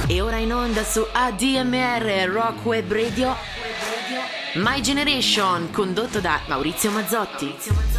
E ora in onda su ADMR Rock Web Radio My Generation, condotto da Maurizio Mazzotti.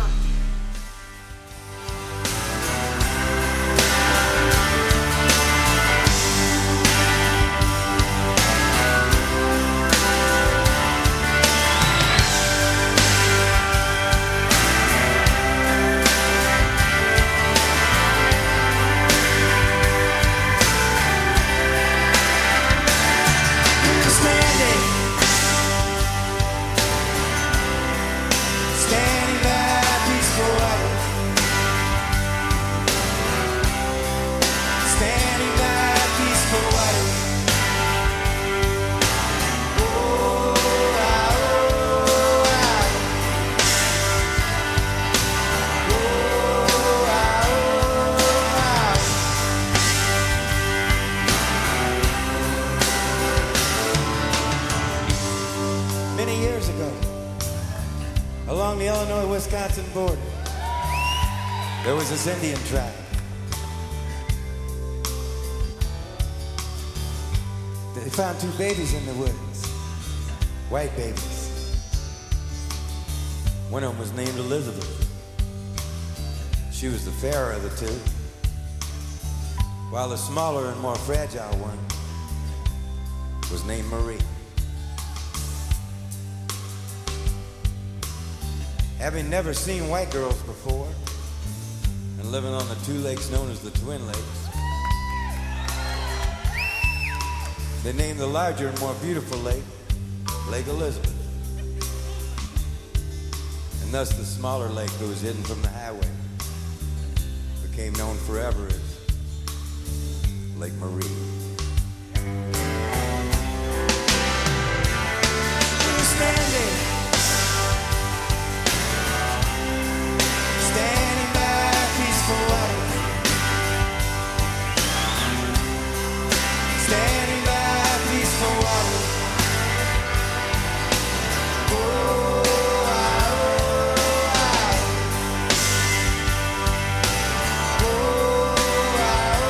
Wisconsin border, there was this Indian tribe. They found two babies in the woods, white babies. One of them was named Elizabeth. She was the fairer of the two, while the smaller and more fragile one was named Marie. Having never seen white girls before, and living on the two lakes known as the Twin Lakes, they named the larger and more beautiful lake, Lake Elizabeth. And thus the smaller lake that was hidden from the highway became known forever as Lake Marie. Standing by peaceful water, standing by peaceful water. Oh, I, oh, I. Oh, I,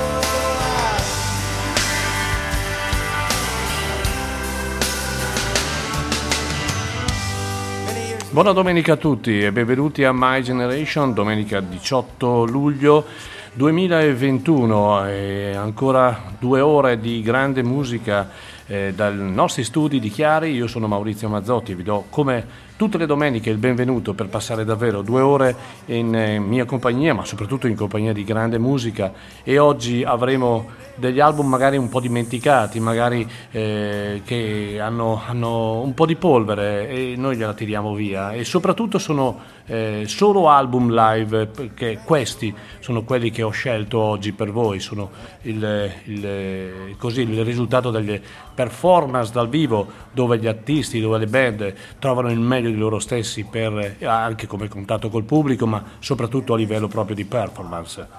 oh, I. Buona domenica a tutti e benvenuti a My Generation, domenica 18 luglio 2021 e ancora 2 ore di grande musica dai nostri studi di Chiari. Io sono Maurizio Mazzotti e vi do come tutte le domeniche il benvenuto per passare davvero 2 ore in mia compagnia, ma soprattutto in compagnia di grande musica. E oggi avremo degli album magari un po' dimenticati, magari che hanno un po' di polvere e noi gliela tiriamo via, e soprattutto sono solo album live, perché questi sono quelli che ho scelto oggi per voi, sono il risultato delle performance dal vivo, dove gli artisti, dove le band trovano il meglio di loro stessi, anche come contatto col pubblico, ma soprattutto a livello proprio di performance.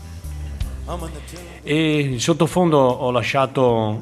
E in sottofondo ho lasciato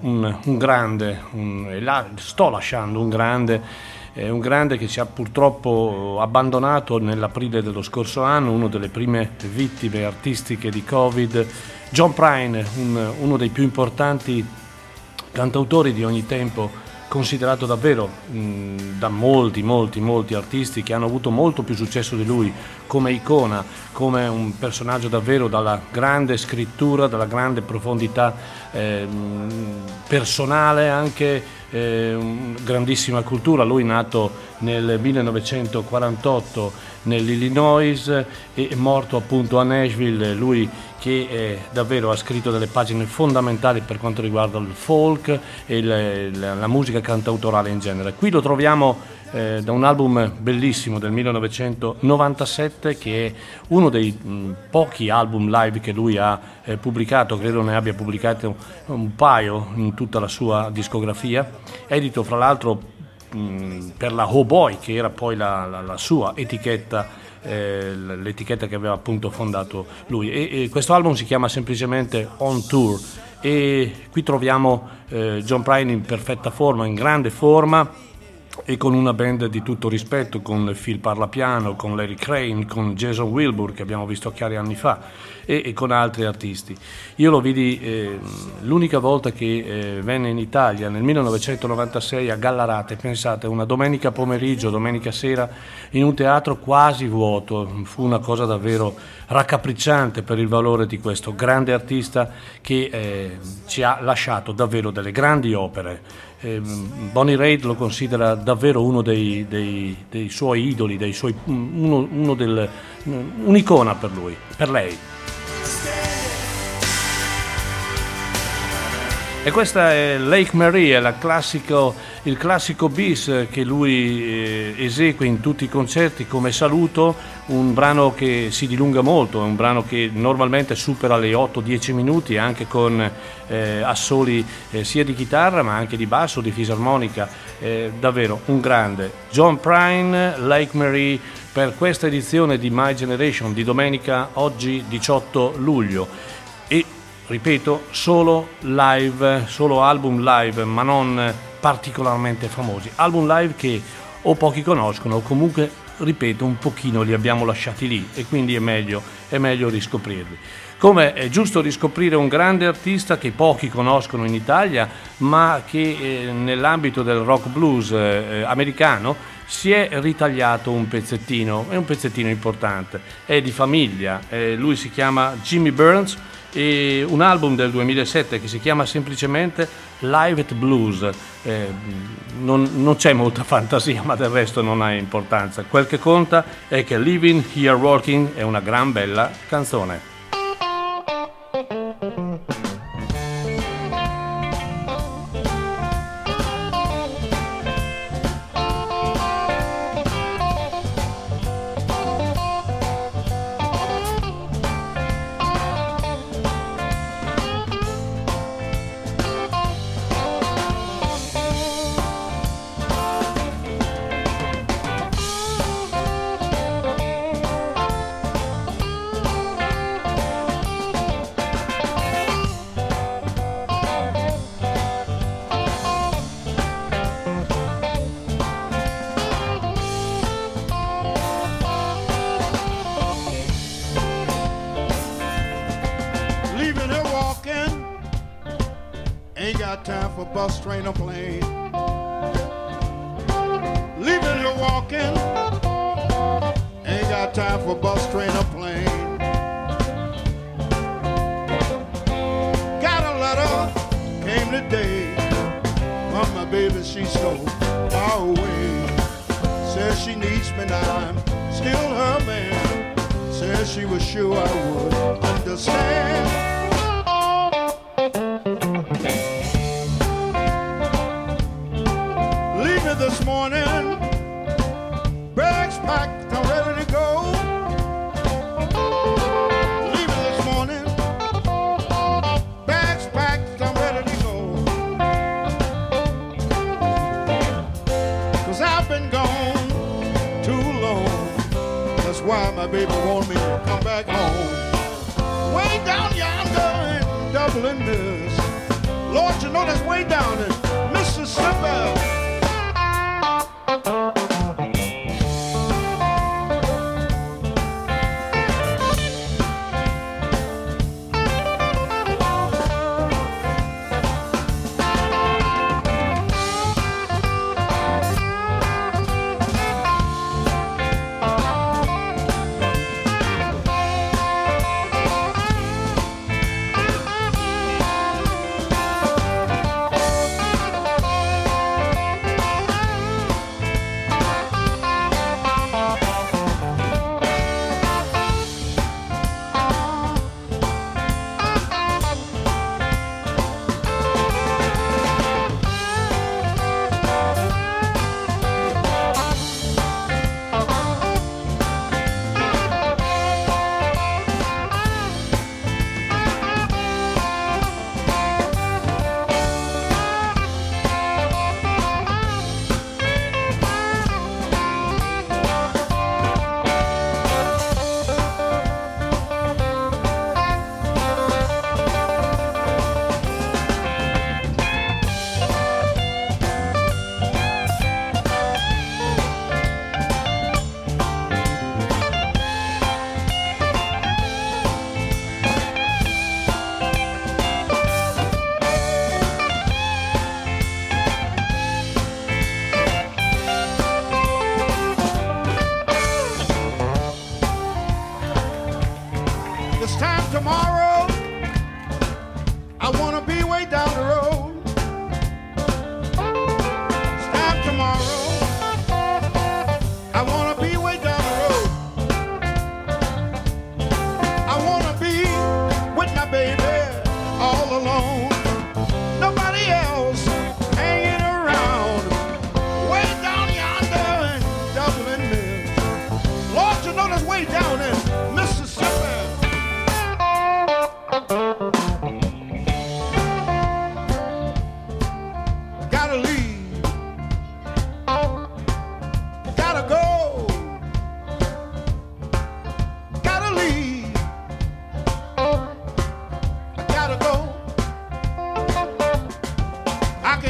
sto lasciando un grande che ci ha purtroppo abbandonato nell'aprile dello scorso anno, uno delle prime vittime artistiche di Covid, John Prine, uno dei più importanti cantautori di ogni tempo, considerato davvero da molti artisti che hanno avuto molto più successo di lui, come icona, come un personaggio davvero dalla grande scrittura, dalla grande profondità personale, anche grandissima cultura. Lui nato nel 1948 nell'Illinois e morto appunto a Nashville, lui che davvero ha scritto delle pagine fondamentali per quanto riguarda il folk e la musica cantautorale in genere. Qui lo troviamo da un album bellissimo del 1997, che è uno dei pochi album live che lui ha pubblicato, credo ne abbia pubblicato un paio in tutta la sua discografia, edito fra l'altro per la Oh Boy, che era poi la sua etichetta, l'etichetta che aveva appunto fondato lui, e questo album si chiama semplicemente On Tour, e qui troviamo John Prine in perfetta forma, in grande forma, e con una band di tutto rispetto, con Phil Parlapiano, con Larry Crane, con Jason Wilbur che abbiamo visto chiari anni fa e con altri artisti. Io lo vidi l'unica volta che venne in Italia nel 1996 a Gallarate, pensate, una domenica pomeriggio, domenica sera, in un teatro quasi vuoto. Fu una cosa davvero raccapricciante per il valore di questo grande artista che ci ha lasciato davvero delle grandi opere. Bonnie Raitt lo considera davvero uno dei suoi idoli, un'icona per lui, per lei. E questa è Lake Marie, il classico bis che lui esegue in tutti i concerti come saluto, un brano che si dilunga molto, è un brano che normalmente supera le 8-10 minuti, anche con assoli sia di chitarra ma anche di basso, di fisarmonica, davvero un grande. John Prine, Lake Marie, per questa edizione di My Generation di domenica, oggi 18 luglio. E ripeto, solo live, solo album live, ma non particolarmente famosi. Album live che o pochi conoscono o comunque, ripeto, un pochino li abbiamo lasciati lì e quindi è meglio riscoprirli. Come è giusto riscoprire un grande artista che pochi conoscono in Italia, ma che nell'ambito del rock blues americano si è ritagliato un pezzettino, è un pezzettino importante, è di famiglia, lui si chiama Jimmy Burns, e un album del 2007 che si chiama semplicemente Live at Blues. Non c'è molta fantasia, ma del resto non ha importanza. Quel che conta è che Living Here Working è una gran bella canzone. Bus, train, or plane. Leaving here walking. Ain't got time for bus, train, or plane. Got a letter, came today from my baby, she's so far away. Says she needs me now, I'm still her man. Says she was sure I would understand. This morning, bags packed, I'm ready to go. Leaving this morning, bags packed, I'm ready to go. 'Cause I've been gone too long. That's why my baby wanted me to come back home. Way down yonder in Dublin, Miss. Lord, you know that's way down in Mississippi.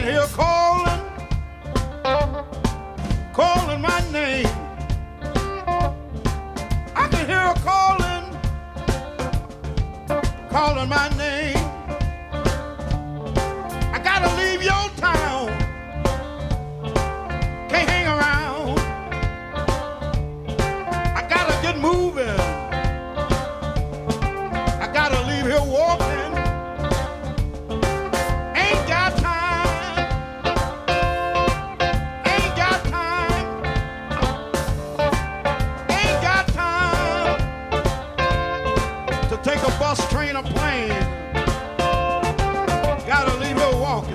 can hear calling, calling my name. I can hear her calling, calling my name. I gotta leave your town, can't hang around. I gotta get moving, I gotta leave here walking. Ain't got time, ain't got time, ain't got time to take a bus, train, or plane. Gotta leave here walking.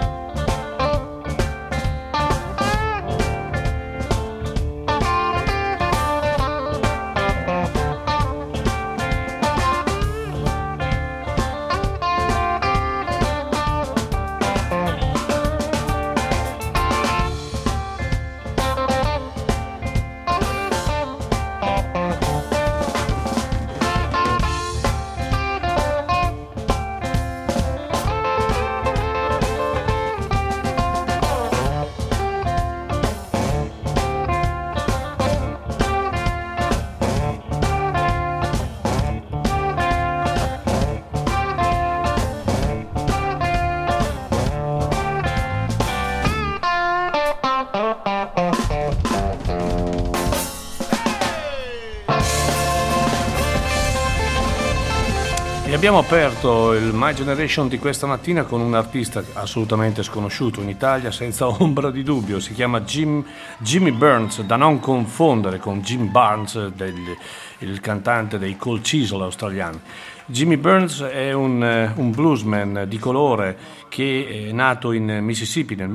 Abbiamo aperto il My Generation di questa mattina con un artista assolutamente sconosciuto in Italia, senza ombra di dubbio. Si chiama Jimmy Burns, da non confondere con Jim Barnes, il cantante dei Cold Chisel australiani. Jimmy Burns è un bluesman di colore che è nato in Mississippi nel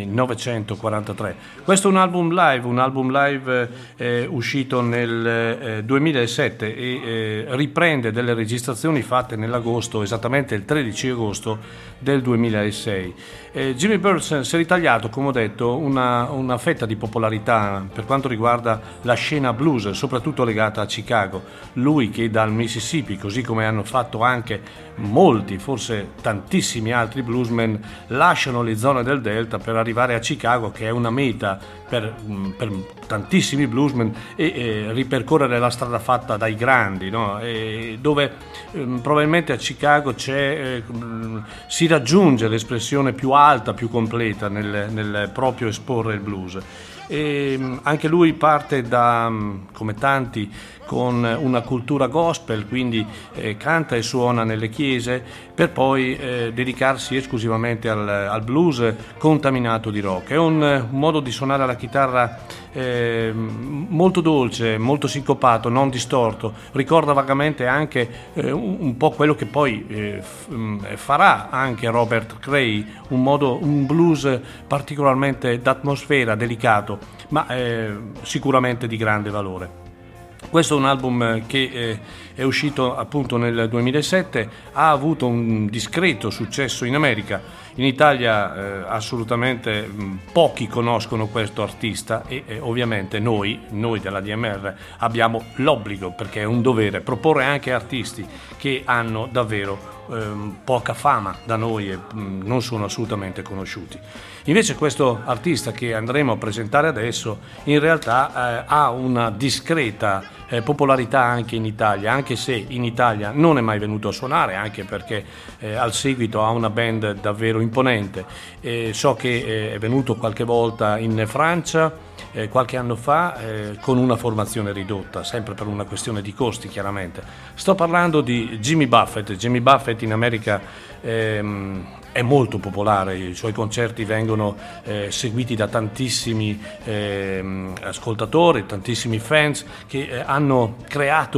1943. Questo è un album live uscito nel 2007 e riprende delle registrazioni fatte nell'agosto, esattamente il 13 agosto del 2006. Jimmy Burns si è ritagliato, come ho detto, una fetta di popolarità per quanto riguarda la scena blues, soprattutto legata a Chicago. Lui che dal Mississippi, così come hanno fatto anche molti, forse tantissimi altri bluesmen, lasciano le zone del Delta per arrivare a Chicago, che è una meta per tantissimi bluesmen, e ripercorrere la strada fatta dai grandi, no? Dove probabilmente a Chicago si raggiunge l'espressione più alta, più completa nel proprio esporre il blues. E anche lui parte come tanti con una cultura gospel, quindi canta e suona nelle chiese per poi dedicarsi esclusivamente al blues contaminato di rock. È un modo di suonare la chitarra molto dolce, molto sincopato, non distorto. Ricorda vagamente anche un po' quello che poi farà anche Robert Cray, un blues particolarmente d'atmosfera, delicato, ma sicuramente di grande valore. Questo è un album che è uscito appunto nel 2007, ha avuto un discreto successo in America. In Italia assolutamente pochi conoscono questo artista e ovviamente noi della DMR abbiamo l'obbligo, perché è un dovere, proporre anche artisti che hanno davvero poca fama da noi e non sono assolutamente conosciuti. Invece questo artista che andremo a presentare adesso in realtà ha una discreta popolarità anche in Italia, anche se in Italia non è mai venuto a suonare, anche perché al seguito ha una band davvero imponente. So che è venuto qualche volta in Francia qualche anno fa con una formazione ridotta, sempre per una questione di costi chiaramente. Sto parlando di Jimmy Buffett. Jimmy Buffett in America è molto popolare, i suoi concerti vengono seguiti da tantissimi ascoltatori, tantissimi fans che hanno creato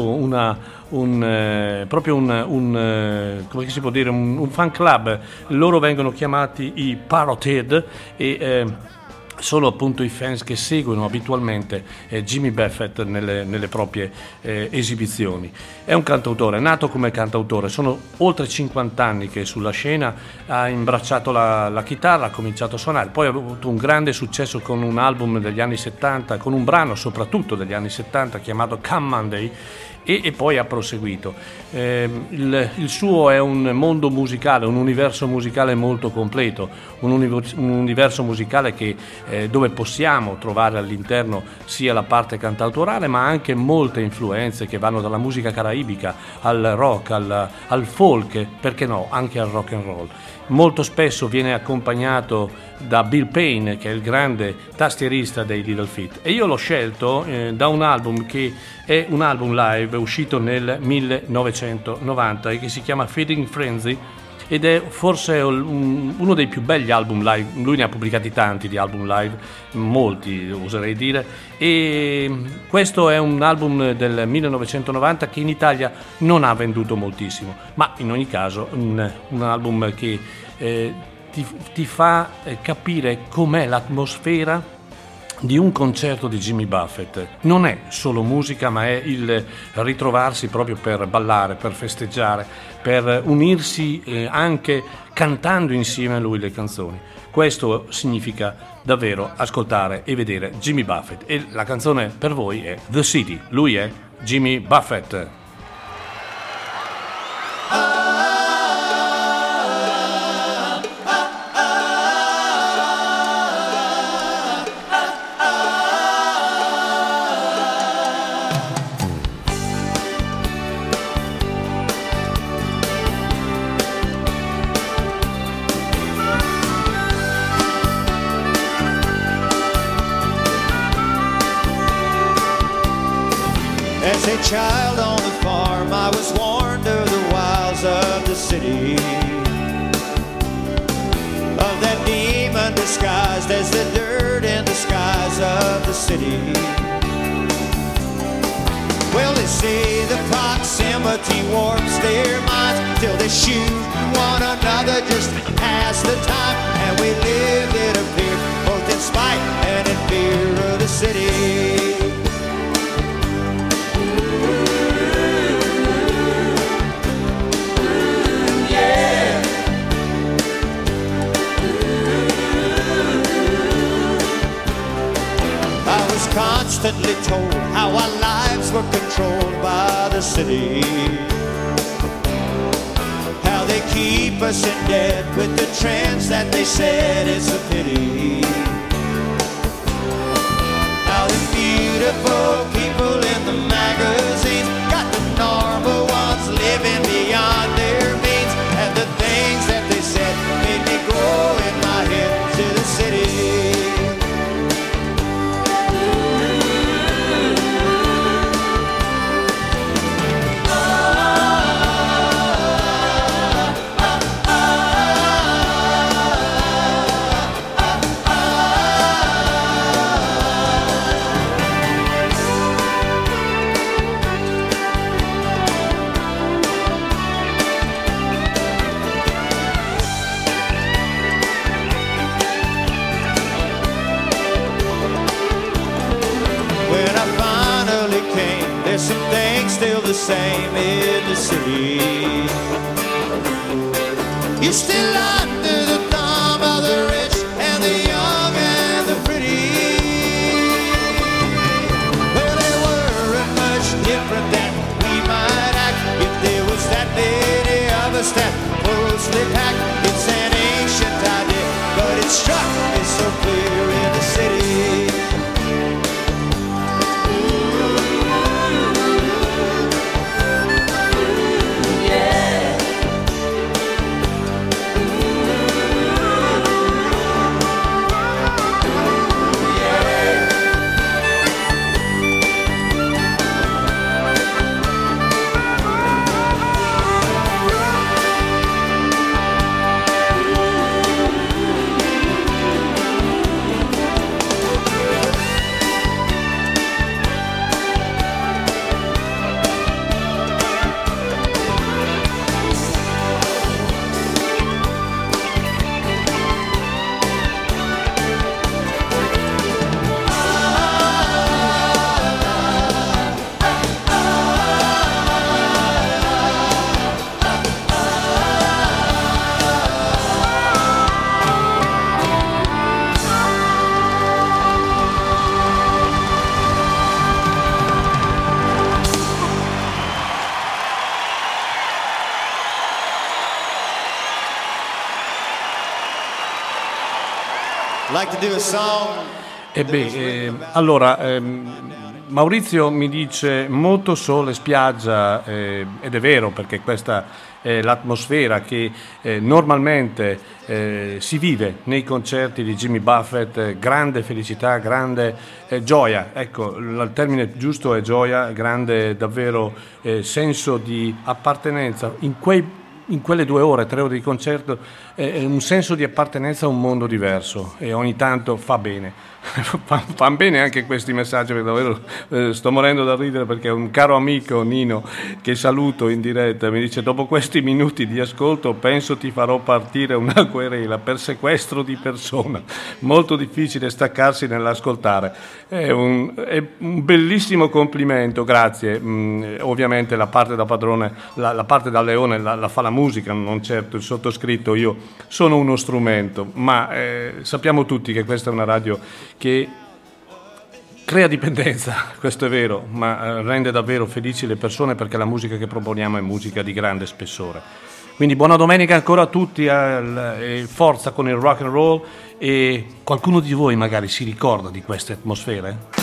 proprio come si può dire, un fan club. Loro vengono chiamati i Parrothead e sono appunto i fans che seguono abitualmente Jimmy Buffett nelle proprie esibizioni. È un cantautore, è nato come cantautore, sono oltre 50 anni che sulla scena ha imbracciato la chitarra, ha cominciato a suonare, poi ha avuto un grande successo con un album degli anni 70, con un brano soprattutto degli anni 70 chiamato Come Monday, e poi ha proseguito. Il suo è un mondo musicale, un universo musicale molto completo, un universo musicale che, dove possiamo trovare all'interno sia la parte cantautorale ma anche molte influenze che vanno dalla musica caraibica al rock, al folk, perché no, anche al rock and roll. Molto spesso viene accompagnato da Bill Payne, che è il grande tastierista dei Little Feat, e io l'ho scelto da un album che è un album live uscito nel 1990 e che si chiama Feeding Frenzy, ed è forse uno dei più belli album live. Lui ne ha pubblicati tanti di album live, molti oserei dire, e questo è un album del 1990 che in Italia non ha venduto moltissimo, ma in ogni caso un album che ti fa capire com'è l'atmosfera di un concerto di Jimmy Buffett. Non è solo musica, ma è il ritrovarsi proprio per ballare, per festeggiare, per unirsi anche cantando insieme a lui le canzoni. Questo significa davvero ascoltare e vedere Jimmy Buffett, e la canzone per voi è The City. Lui è Jimmy Buffett. As a child on the farm, I was warned of the wiles of the city, of that demon disguised as the dirt in the skies of the city. Well, they say the proximity warps their minds till they shoot one another just to pass the time, and we lived, it appeared, both in spite and in fear of the city. Constantly told how our lives were controlled by the city, how they keep us in debt with the trends that they said is a pity, how the beautiful people in the magazines got the normal ones living beyond their means, and the things that they said made me go in my head to the city. Some things still the same in the city. You're still under the thumb of the rich and the young and the pretty. Well, they weren't much different than we might act if there was that many of us that closely packed. It's an ancient idea, but it struck me so clear in the city. like to do a song. Allora, Maurizio mi dice molto sole, spiaggia, ed è vero, perché questa è l'atmosfera che normalmente si vive nei concerti di Jimmy Buffett, grande felicità, grande gioia, ecco, il termine giusto è gioia, grande davvero senso di appartenenza in quelle 2 ore, 3 ore di concerto, un senso di appartenenza a un mondo diverso, e ogni tanto fa bene. Fanno bene anche questi messaggi, perché davvero sto morendo da ridere, perché un caro amico, Nino, che saluto in diretta, mi dice: dopo questi minuti di ascolto penso ti farò partire una querela per sequestro di persona, molto difficile staccarsi nell'ascoltare. È un bellissimo complimento, grazie. Ovviamente la parte da padrone, la parte da leone la fa la musica, non certo il sottoscritto, io sono uno strumento, ma sappiamo tutti che questa è una radio che crea dipendenza, questo è vero, ma rende davvero felici le persone, perché la musica che proponiamo è musica di grande spessore. Quindi buona domenica ancora a tutti, e forza con il rock and roll. E qualcuno di voi magari si ricorda di queste atmosfere?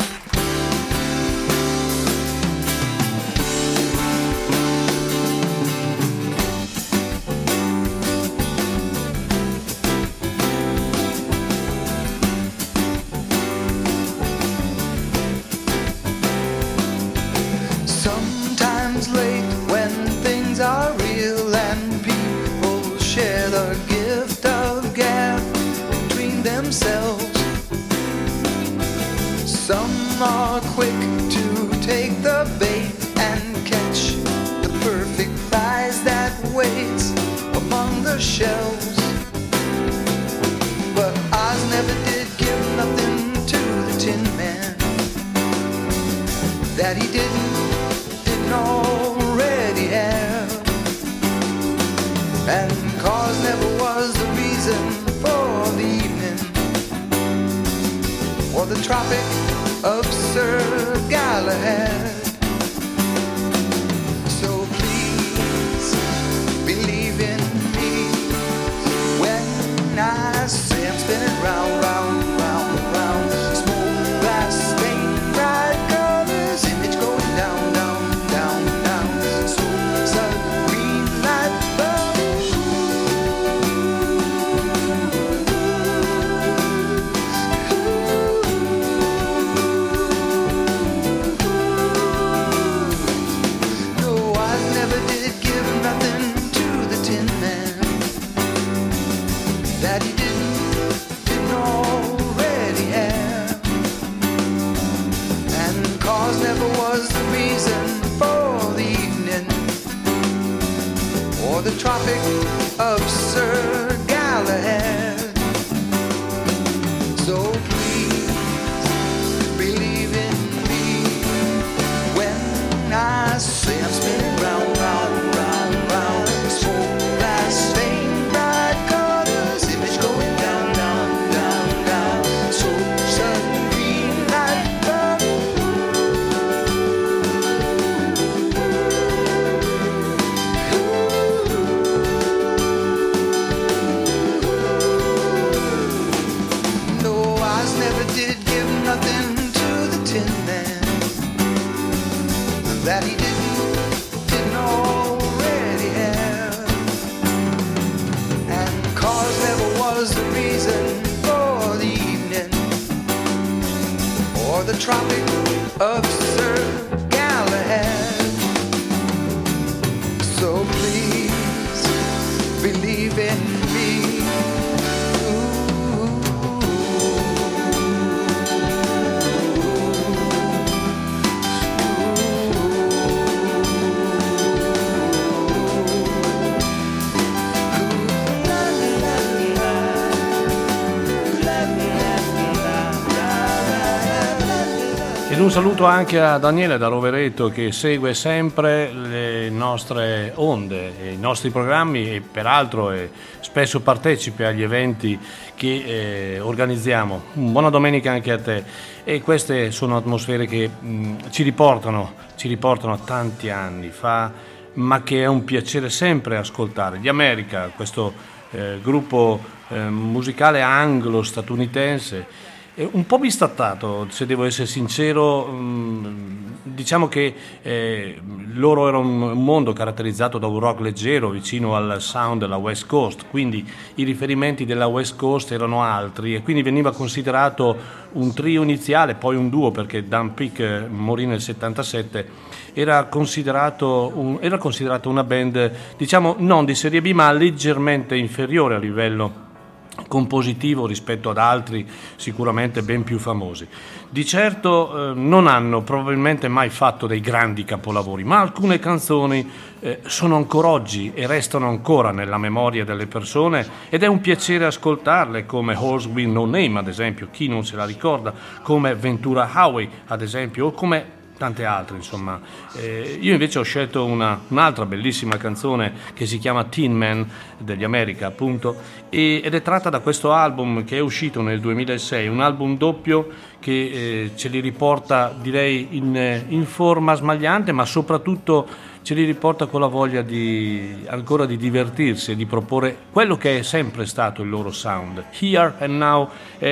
Ed un saluto anche a Daniele da Rovereto, che segue sempre le nostre onde, i nostri programmi, e peraltro è spesso partecipe agli eventi che organizziamo. Buona domenica anche a te. E queste sono atmosfere che ci riportano a tanti anni fa, ma che è un piacere sempre ascoltare. Di America, questo gruppo musicale anglo-statunitense, un po' bistrattato, se devo essere sincero. Diciamo che loro erano un mondo caratterizzato da un rock leggero, vicino al sound della West Coast, quindi i riferimenti della West Coast erano altri e quindi veniva considerato un trio iniziale, poi un duo, perché Dan Peek morì nel 77. Era considerato una band, diciamo, non di serie B, ma leggermente inferiore a livello compositivo rispetto ad altri sicuramente ben più famosi. Di certo non hanno probabilmente mai fatto dei grandi capolavori, ma alcune canzoni sono ancora oggi e restano ancora nella memoria delle persone ed è un piacere ascoltarle, come Horse with No Name ad esempio, chi non se la ricorda, come Ventura Highway ad esempio, o come tante altre, insomma. Io invece ho scelto un'altra bellissima canzone che si chiama Tin Man degli America, appunto, ed è tratta da questo album che è uscito nel 2006, un album doppio che ce li riporta, direi, in forma smagliante, ma soprattutto ce li riporta con la voglia ancora di divertirsi e di proporre quello che è sempre stato il loro sound. Here and Now è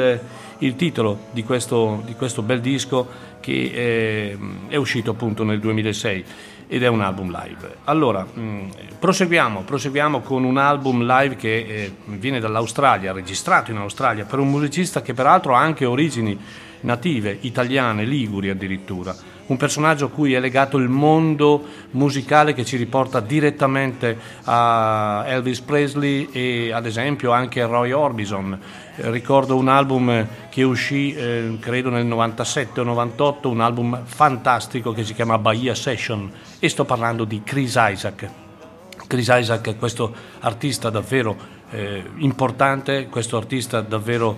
il titolo di questo bel disco che è uscito appunto nel 2006 ed è un album live. Allora, proseguiamo con un album live che viene dall'Australia, registrato in Australia, per un musicista che peraltro ha anche origini native, italiane, liguri addirittura. Un personaggio a cui è legato il mondo musicale che ci riporta direttamente a Elvis Presley e ad esempio anche a Roy Orbison. Ricordo un album che uscì credo nel 97 o 98, un album fantastico che si chiama Bahia Session, e sto parlando di Chris Isaak. Chris Isaak è questo artista davvero importante, questo artista davvero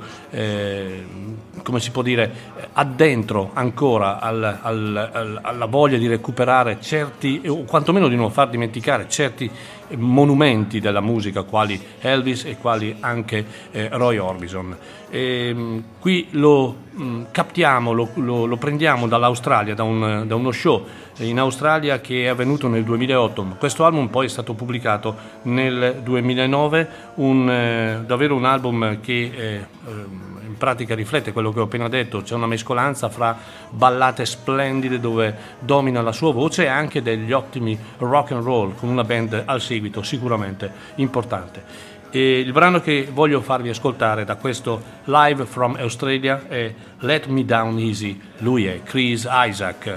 come si può dire, addentro ancora alla voglia di recuperare certi, o quantomeno di non far dimenticare certi monumenti della musica, quali Elvis e quali anche Roy Orbison. Qui lo captiamo, lo prendiamo dall'Australia, da uno show in Australia che è avvenuto nel 2008. Questo album poi è stato pubblicato nel 2009, davvero un album che in pratica riflette quello che ho appena detto. C'è una mescolanza fra ballate splendide dove domina la sua voce e anche degli ottimi rock and roll con una band al seguito sicuramente importante. E il brano che voglio farvi ascoltare da questo Live from Australia è Let Me Down Easy. Lui è Chris Isaak.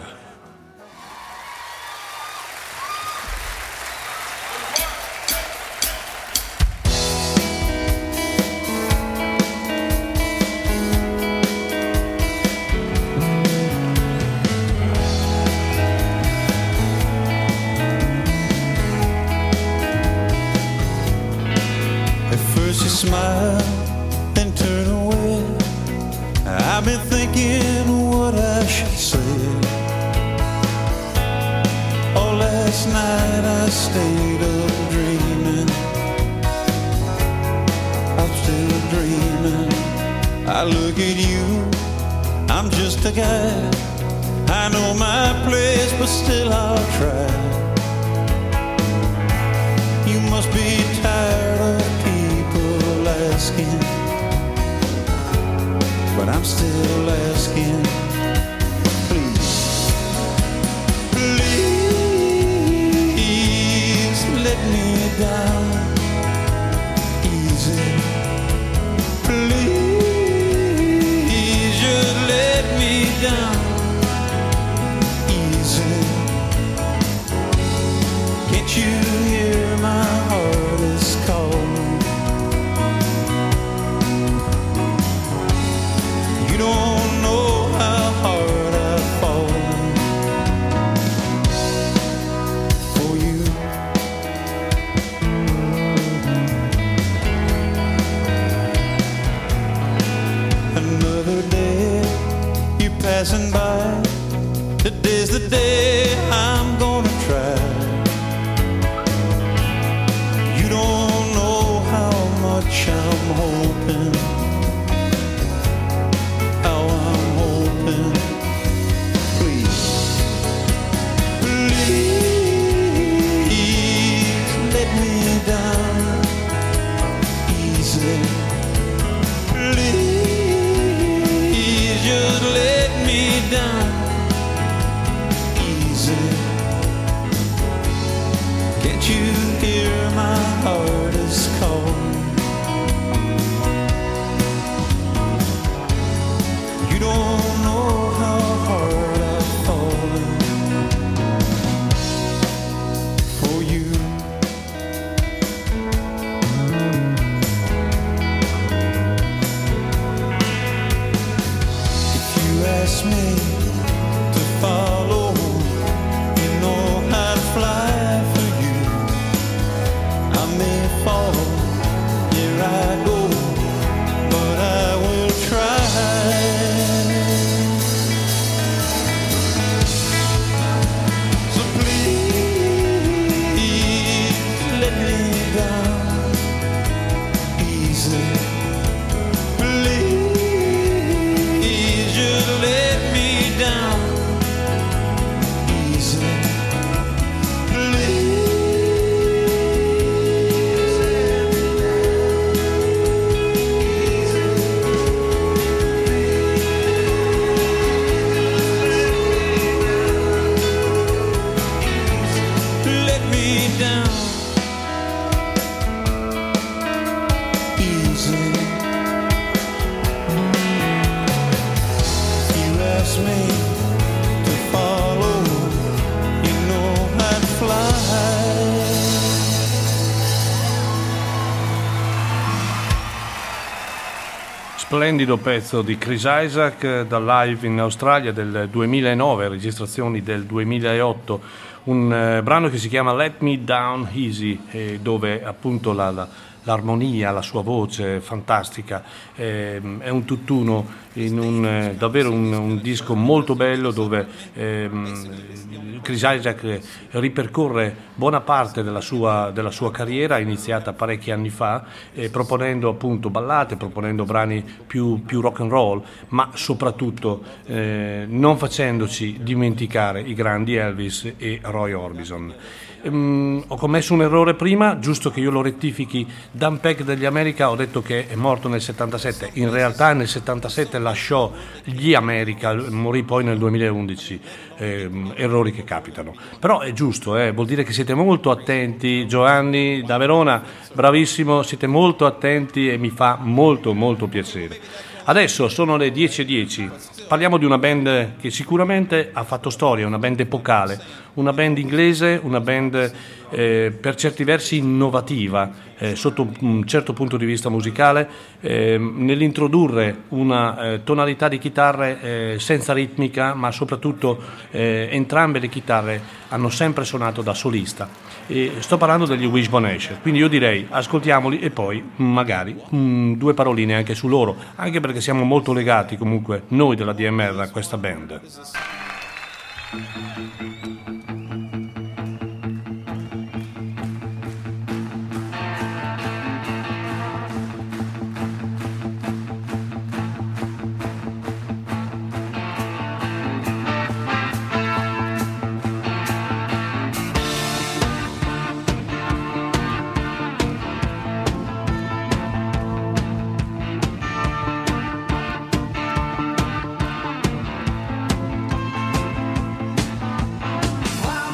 Smile, then turn away. I've been thinking what I should say. Oh, last night I stayed up dreaming. I'm still dreaming. I look at you, I'm just a guy. I know my place, but still I'll try. You must be tired of asking, but I'm still asking. Please, please let me down easy. Please just let me down easy. Can't you hear my heart is calling? You don't know how hard I've fallen for you. Another day, you're passing by. Today's the day I'm gonna try. You don't know how much I'm hoping. Splendido pezzo di Chris Isaak dal live in Australia del 2009, registrazioni del 2008, un brano che si chiama Let Me Down Easy, dove appunto l'armonia, la sua voce fantastica, è un tutt'uno in davvero un disco molto bello dove Chris Isaak ripercorre buona parte della sua carriera iniziata parecchi anni fa, proponendo appunto ballate, proponendo brani più rock and roll, ma soprattutto non facendoci dimenticare i grandi Elvis e Roy Orbison. Ho commesso un errore prima, giusto che io lo rettifichi. Dan Peck degli America ho detto che è morto nel 77, in realtà nel 77 lasciò gli America, morì poi nel 2011, errori che capitano, però è giusto, vuol dire che siete molto attenti. Giovanni da Verona, bravissimo, siete molto attenti e mi fa molto molto piacere. Adesso sono le 10:10, parliamo di una band che sicuramente ha fatto storia, una band epocale, una band inglese, una band per certi versi innovativa sotto un certo punto di vista musicale, nell'introdurre una tonalità di chitarre senza ritmica, ma soprattutto entrambe le chitarre hanno sempre suonato da solista. E sto parlando degli Wishbone Ash, quindi io direi ascoltiamoli e poi magari due paroline anche su loro, anche perché siamo molto legati comunque noi della DMR a questa band. Wow.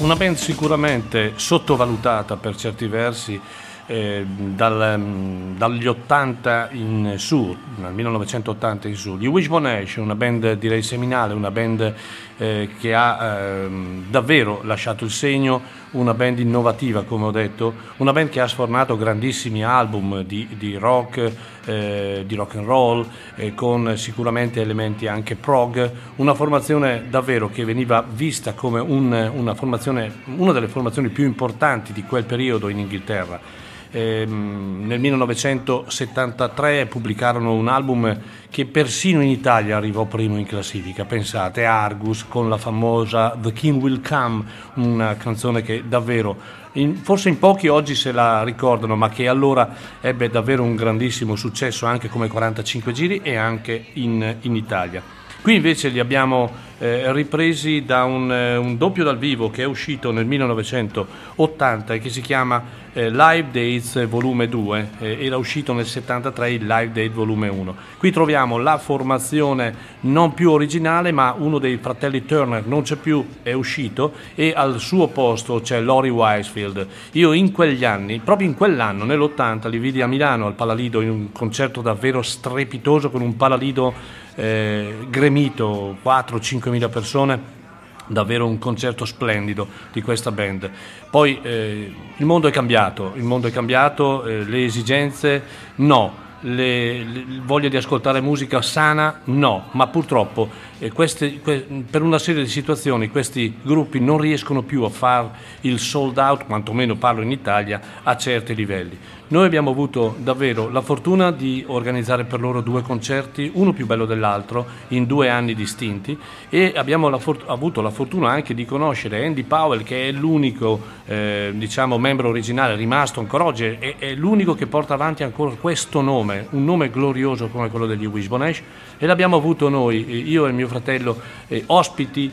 Una band sicuramente sottovalutata per certi versi, dagli 80 in su, dal 1980 in su. Gli Wishbone Ash, una band direi seminale, una band che ha davvero lasciato il segno, una band innovativa come ho detto, una band che ha sfornato grandissimi album di rock and roll, con sicuramente elementi anche prog, una formazione davvero che veniva vista come una delle formazioni più importanti di quel periodo in Inghilterra. Nel 1973 pubblicarono un album che persino in Italia arrivò primo in classifica, pensate, Argus, con la famosa The King Will Come, una canzone che davvero forse in pochi oggi se la ricordano, ma che allora ebbe davvero un grandissimo successo anche come 45 giri e anche in Italia. Qui invece li abbiamo ripresi da un doppio dal vivo che è uscito nel 1980 e che si chiama Live Dates volume 2, era uscito nel 73 il Live Date volume 1. Qui troviamo la formazione non più originale, ma uno dei fratelli Turner non c'è più, è uscito, e al suo posto c'è Lori Wisefield. Io in quegli anni, proprio in quell'anno, nell'80, li vidi a Milano al Palalido in un concerto davvero strepitoso con un Palalido gremito, 4-5 mila persone, davvero un concerto splendido di questa band. Poi il mondo è cambiato, le esigenze no, le voglia di ascoltare musica sana no, ma purtroppo per una serie di situazioni questi gruppi non riescono più a fare il sold out, quantomeno parlo in Italia, a certi livelli. Noi abbiamo avuto davvero la fortuna di organizzare per loro 2 concerti, uno più bello dell'altro, in 2 anni distinti, e abbiamo avuto la fortuna anche di conoscere Andy Powell, che è l'unico membro originale rimasto ancora oggi, è l'unico che porta avanti ancora questo nome, un nome glorioso come quello degli Wishbone Ash, e l'abbiamo avuto noi, io e mio fratello, ospite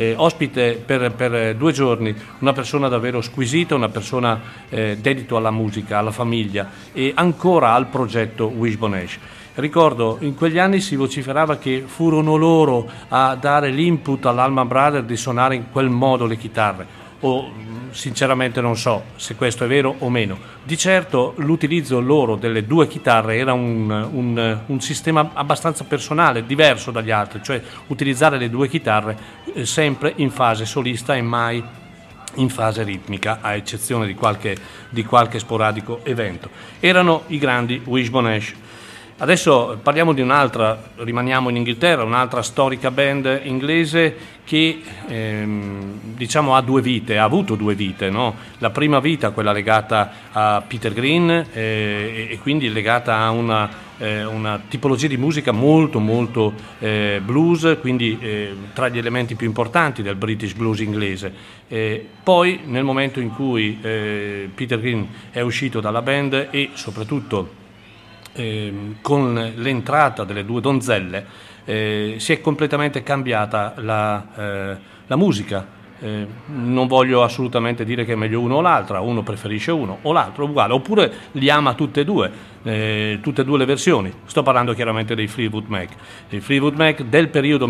per 2 giorni, una persona davvero squisita, una persona dedito alla musica, alla famiglia e ancora al progetto Wishbone Ash. Ricordo, in quegli anni si vociferava che furono loro a dare l'input all'Allman Brothers di suonare in quel modo le chitarre, sinceramente non so se questo è vero o meno. Di certo l'utilizzo loro delle 2 chitarre era un sistema abbastanza personale, diverso dagli altri, cioè utilizzare le 2 chitarre sempre in fase solista e mai in fase ritmica, a eccezione di qualche sporadico evento. Erano i grandi Wishbone Ash. Adesso parliamo di rimaniamo in Inghilterra, un'altra storica band inglese che ha avuto 2 vite, no? La prima vita, quella legata a Peter Green e quindi legata a una tipologia di musica molto molto blues, quindi tra gli elementi più importanti del British blues inglese. Poi nel momento in cui Peter Green è uscito dalla band e soprattutto con l'entrata delle 2 donzelle si è completamente cambiata la musica. Non voglio assolutamente dire che è meglio uno o l'altra, uno preferisce uno o l'altro è uguale, oppure li ama tutte e due le versioni. Sto parlando chiaramente dei Fleetwood Mac. I Fleetwood Mac del periodo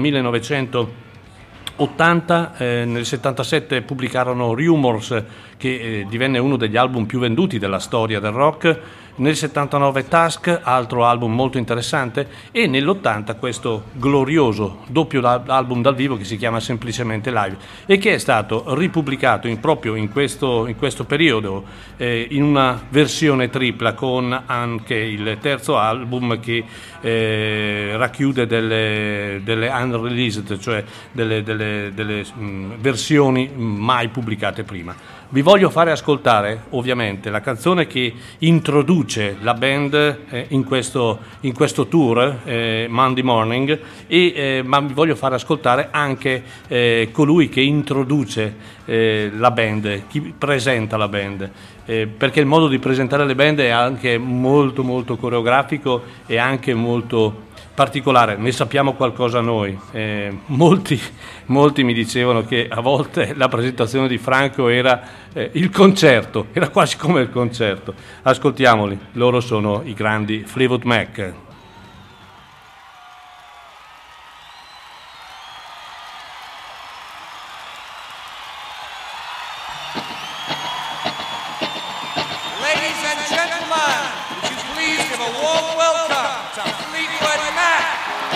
1980, nel 77 pubblicarono Rumours, che divenne uno degli album più venduti della storia del rock. Nel 79 Tusk, altro album molto interessante, e nell'80 questo glorioso doppio album dal vivo che si chiama semplicemente Live e che è stato ripubblicato proprio in questo periodo in una versione tripla, con anche il terzo album che racchiude delle unreleased, cioè delle versioni mai pubblicate prima. Vi voglio fare ascoltare ovviamente la canzone che introduce la band in questo tour, Monday Morning, ma vi voglio fare ascoltare anche colui che introduce la band, chi presenta la band, perché il modo di presentare le band è anche molto molto coreografico e anche molto particolare, ne sappiamo qualcosa noi. Molti mi dicevano che a volte la presentazione di Franco era il concerto, era quasi come il concerto. Ascoltiamoli, loro sono i grandi Fleetwood Mac. Ladies and gentlemen, would you please give a warm welcome to Fleetwood Mac.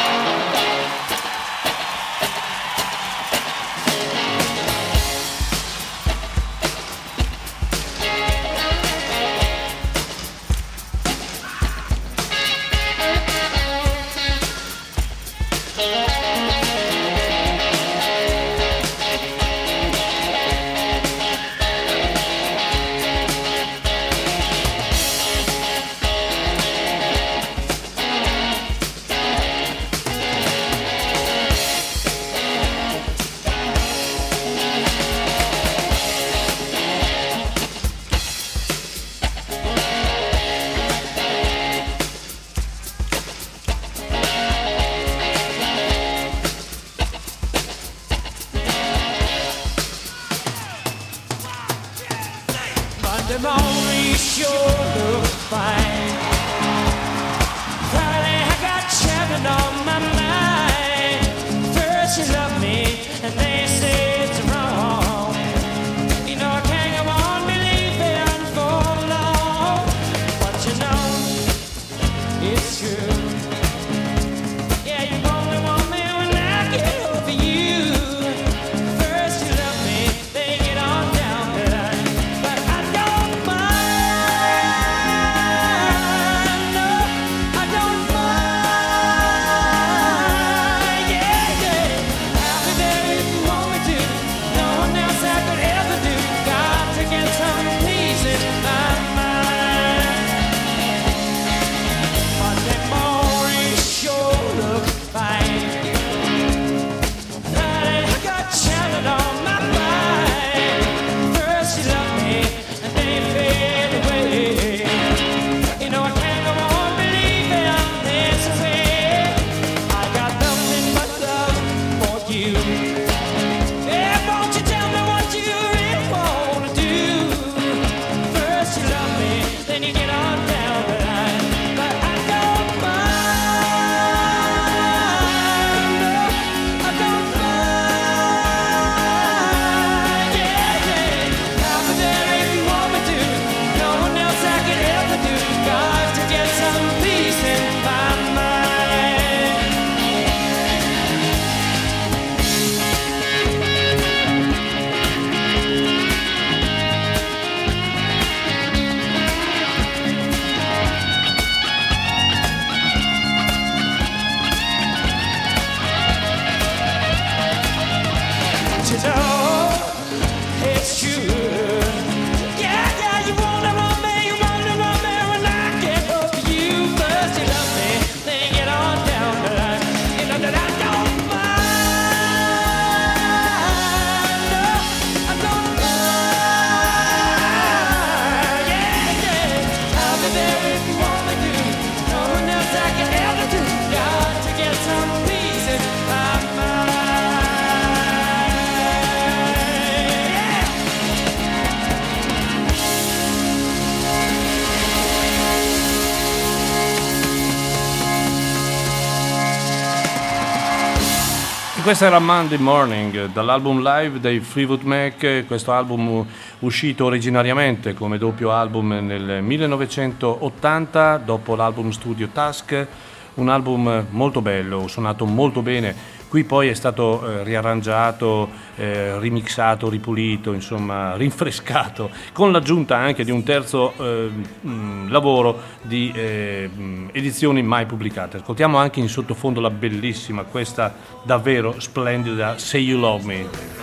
Questa era Monday Morning dall'album live dei Fleetwood Mac, questo album uscito originariamente come doppio album nel 1980 dopo l'album studio Tusk, un album molto bello, suonato molto bene. Qui poi è stato riarrangiato, remixato, ripulito, insomma rinfrescato, con l'aggiunta anche di un terzo lavoro di edizioni mai pubblicate. Ascoltiamo anche in sottofondo la bellissima, questa davvero splendida Say You Love Me.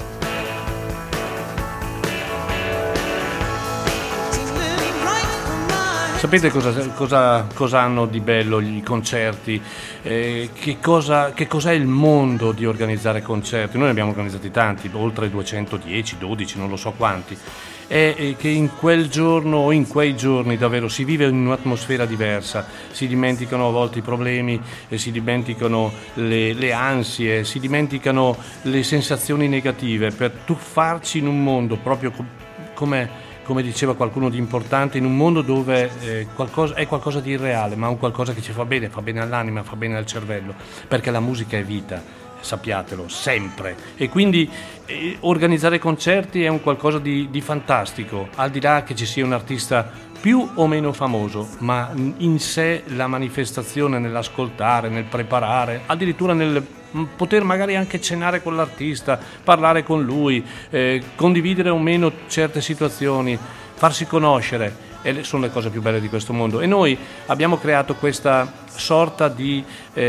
Sapete cosa hanno di bello i concerti? Che cos'è il mondo di organizzare concerti? Noi ne abbiamo organizzati tanti, oltre 210, 12, non lo so quanti. È che in quel giorno o in quei giorni davvero si vive in un'atmosfera diversa, si dimenticano a volte i problemi, si dimenticano le ansie, si dimenticano le sensazioni negative per tuffarci in un mondo proprio come diceva qualcuno di importante, in un mondo dove è qualcosa di irreale, ma un qualcosa che ci fa bene all'anima, fa bene al cervello, perché la musica è vita, sappiatelo, sempre. E quindi organizzare concerti è un qualcosa di fantastico, al di là che ci sia un artista più o meno famoso, ma in sé la manifestazione nell'ascoltare, nel preparare, addirittura nel poter magari anche cenare con l'artista, parlare con lui, condividere o meno certe situazioni, farsi conoscere, sono le cose più belle di questo mondo. E noi abbiamo creato questa sorta di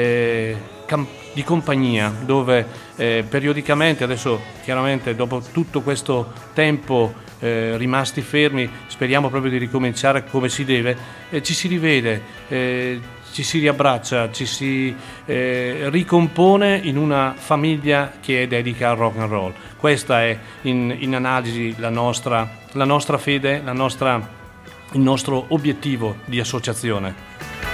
compagnia dove periodicamente, adesso chiaramente dopo tutto questo tempo rimasti fermi, speriamo proprio di ricominciare come si deve, ci si rivede, ci si riabbraccia, ci si ricompone in una famiglia che è dedica al rock and roll. Questa è in analisi la nostra fede, il nostro obiettivo di associazione.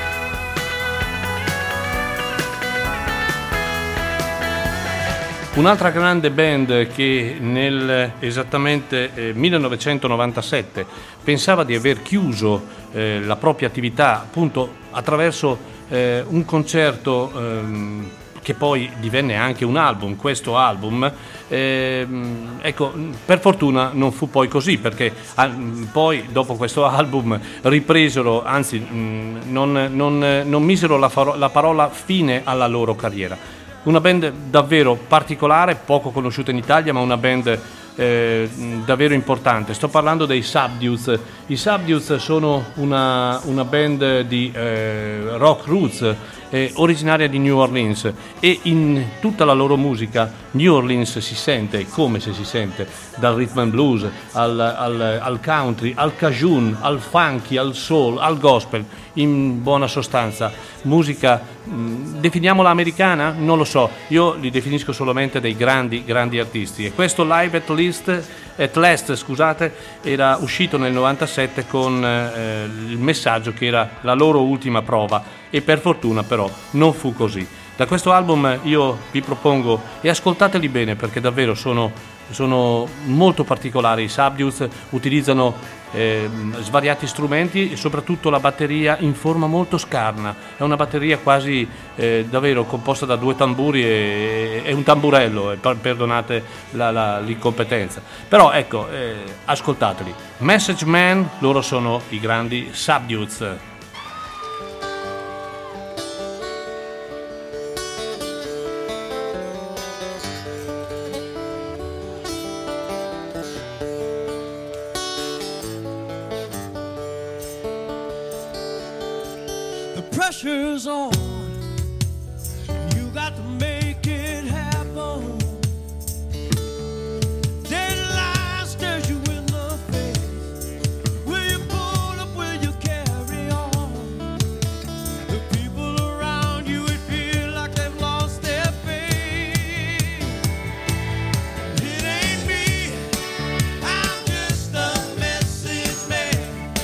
Un'altra grande band che nel esattamente 1997 pensava di aver chiuso la propria attività appunto attraverso un concerto che poi divenne anche un album, questo album, ecco, per fortuna non fu poi così, perché poi dopo questo album ripresero, anzi non misero la parola fine alla loro carriera. Una band davvero particolare, poco conosciuta in Italia, ma una band davvero importante. Sto parlando dei Subdues. I Subdues sono una band di rock roots originaria di New Orleans, e in tutta la loro musica New Orleans si sente come se si sente, dal rhythm and blues al country, al cajun, al funky, al soul, al gospel. In buona sostanza musica, definiamola americana? Non lo so, io li definisco solamente dei grandi artisti. E questo Live at Last, scusate, era uscito nel 97 con il messaggio che era la loro ultima prova, e per fortuna però non fu così. Da questo album io vi propongo, e ascoltateli bene perché davvero sono molto particolari. I Subdues utilizzano svariati strumenti e soprattutto la batteria in forma molto scarna. È una batteria quasi davvero composta da 2 tamburi e un tamburello, perdonate l'incompetenza, però ecco, ascoltateli. Message Man, loro sono i grandi Subdues. Pressure's on, you got to make it happen. Deadline stares you in the face. Will you pull up, will you carry on? The people around you, it feel like they've lost their faith. It ain't me, I'm just a message man.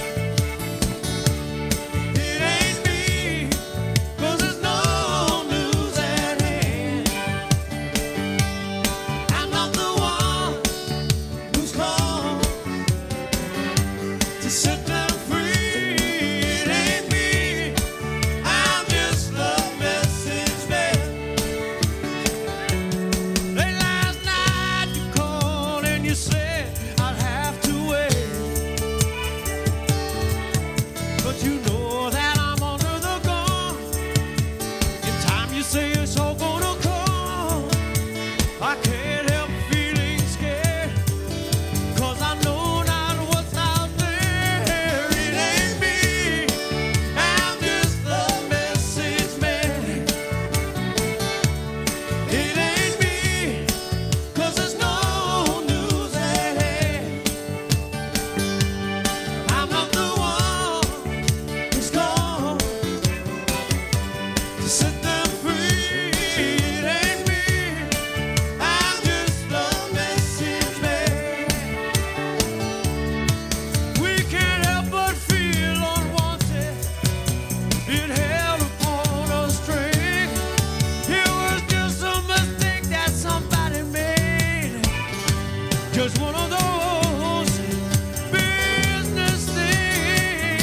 It ain't me, 'cause there's no news at hand. I'm not the one who's come to set them free. It ain't me, I'm just the message man. Late last night you called and you said I'd have to wait, but you know that I'm under the gun. In time you say it's all gonna come. I can't help feeling scared, 'cause I know not what's out there. It ain't me, I'm just the message man. It ain't me, 'cause there's no news at hand. I'm not the one who's gone to set them free. It ain't me, I'm just the message man. We can't help but feel unwanted, being held upon a string. It was just a mistake that somebody made, just one of those business things.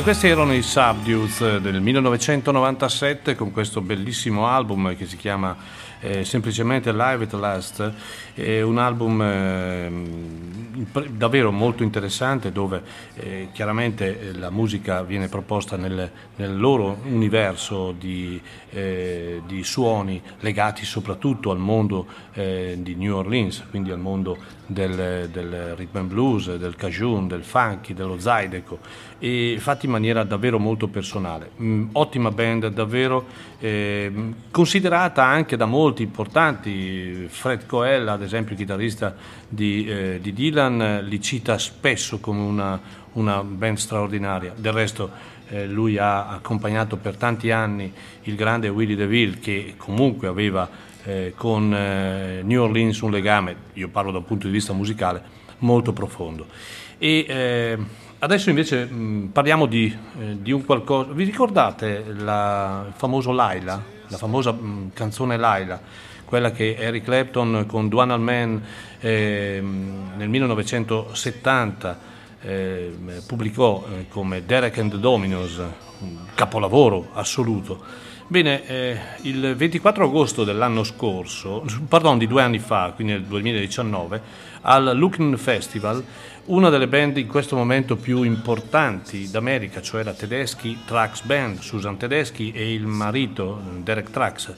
E questi erano i Subdues del 1997 con questo bellissimo album che si chiama semplicemente Live at Last. È un album davvero molto interessante dove chiaramente la musica viene proposta nel loro universo di suoni legati soprattutto al mondo di New Orleans, quindi al mondo del rhythm and blues, del cajun, del funky, dello zydeco, e fatti in maniera davvero molto personale. Ottima band davvero, considerata anche da molti importanti. Fred Coel, ad esempio, il chitarrista di Dylan, li cita spesso come una band straordinaria. Del resto lui ha accompagnato per tanti anni il grande Willie DeVille, che comunque aveva con New Orleans un legame, io parlo dal punto di vista musicale, molto profondo. E adesso invece parliamo di un qualcosa. Vi ricordate il famoso Laila, la famosa canzone Laila, quella che Eric Clapton con Duane Allman nel 1970 pubblicò come Derek and the Dominos, un capolavoro assoluto. Bene, il 24 agosto dell'anno scorso, di 2 anni fa, quindi nel 2019, al Looking Festival, una delle band in questo momento più importanti d'America, cioè la Tedeschi Trax Band, Susan Tedeschi e il marito Derek Trax,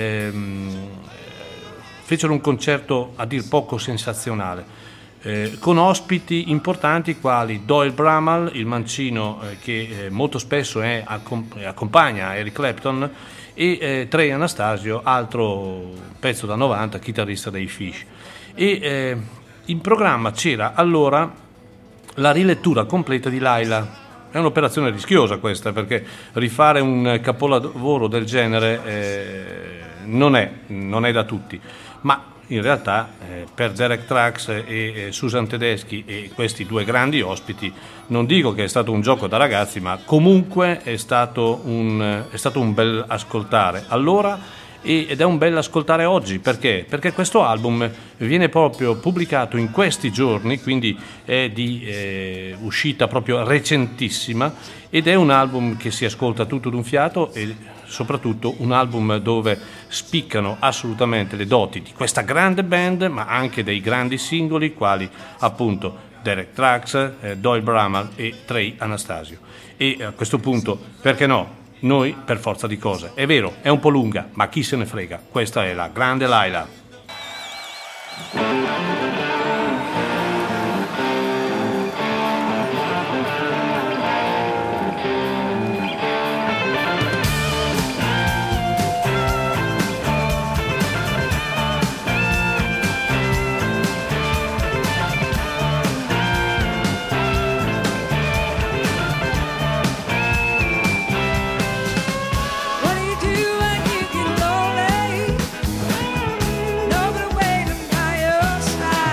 fecero un concerto a dir poco sensazionale, con ospiti importanti quali Doyle Bramall, il mancino che molto spesso accompagna Eric Clapton, e Trey Anastasio, altro pezzo da 90, chitarrista dei Fish. E in programma c'era allora la rilettura completa di Laila. È un'operazione rischiosa questa, perché rifare un capolavoro del genere non è da tutti, ma in realtà per Derek Trax e Susan Tedeschi e questi due grandi ospiti, non dico che è stato un gioco da ragazzi, ma comunque è stato un bel ascoltare allora, ed è un bel ascoltare oggi. Perché questo album viene proprio pubblicato in questi giorni, quindi è di uscita proprio recentissima, ed è un album che si ascolta tutto d'un fiato, e soprattutto un album dove spiccano assolutamente le doti di questa grande band, ma anche dei grandi singoli quali appunto Derek Trax, Doyle Bramall e Trey Anastasio. E a questo punto, perché no? Noi per forza di cose. È vero, è un po' lunga, ma chi se ne frega. Questa è la grande Laila. Nobody waiting by your side.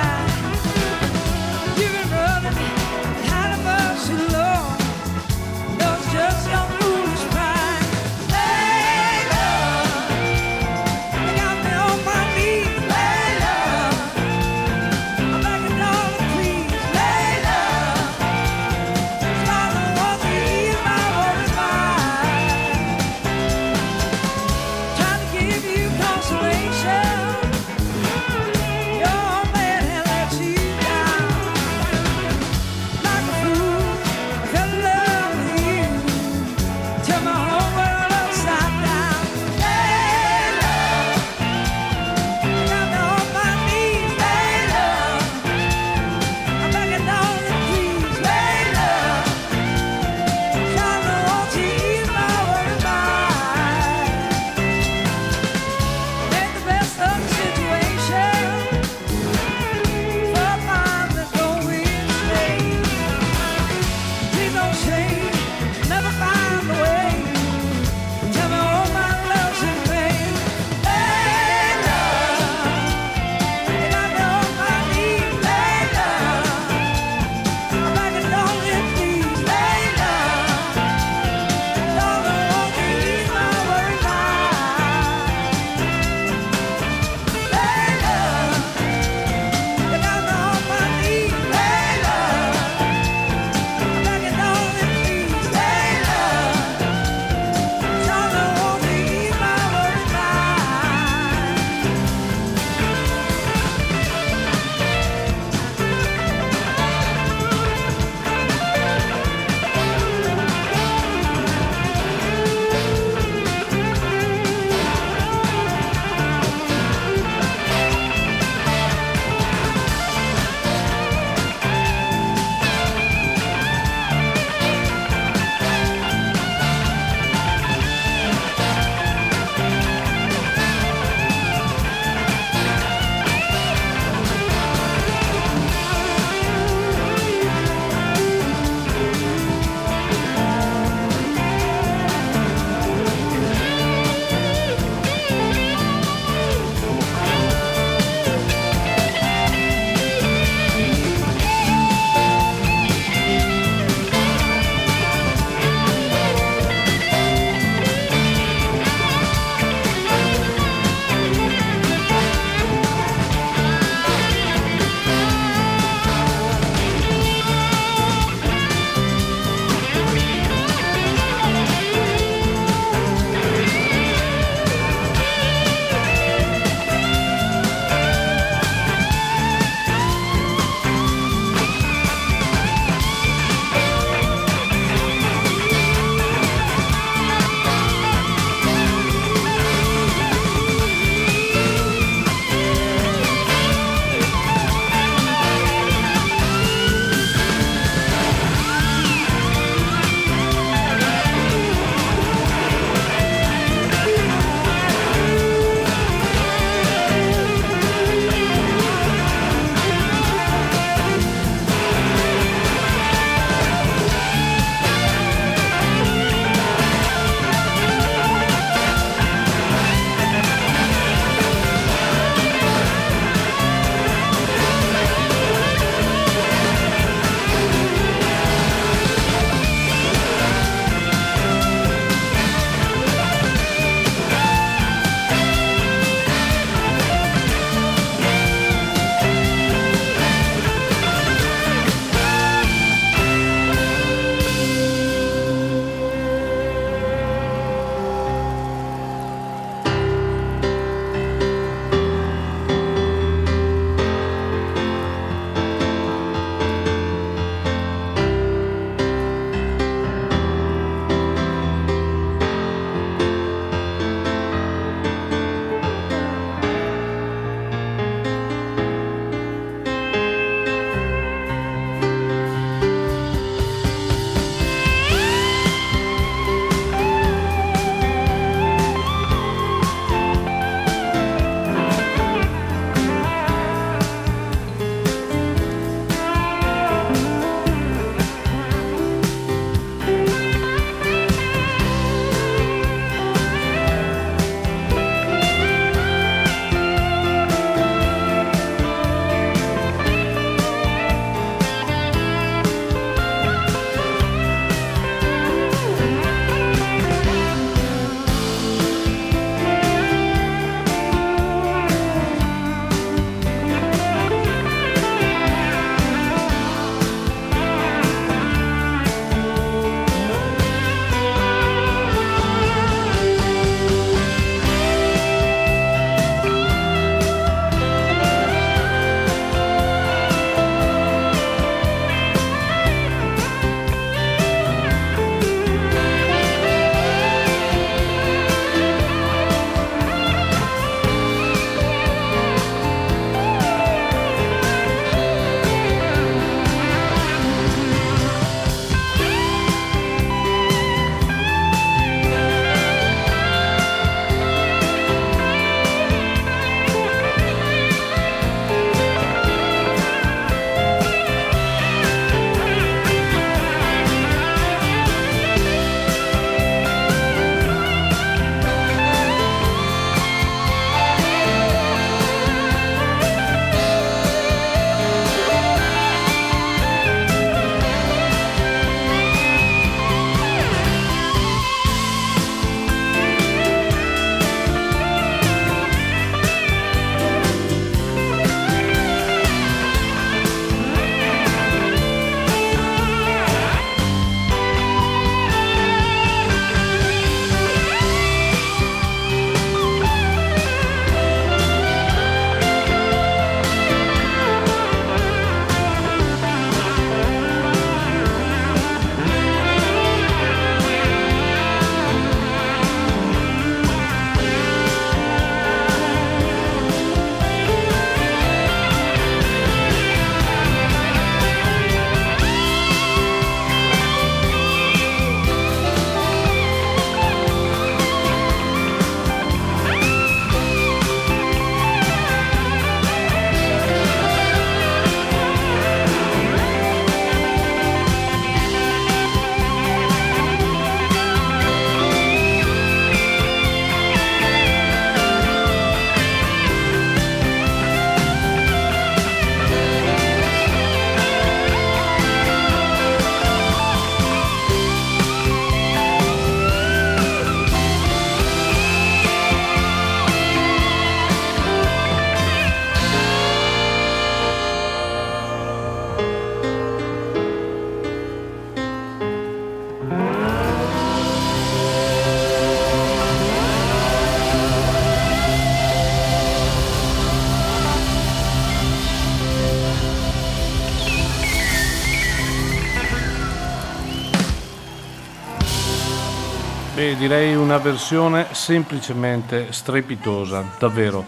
Beh, direi una versione semplicemente strepitosa, davvero.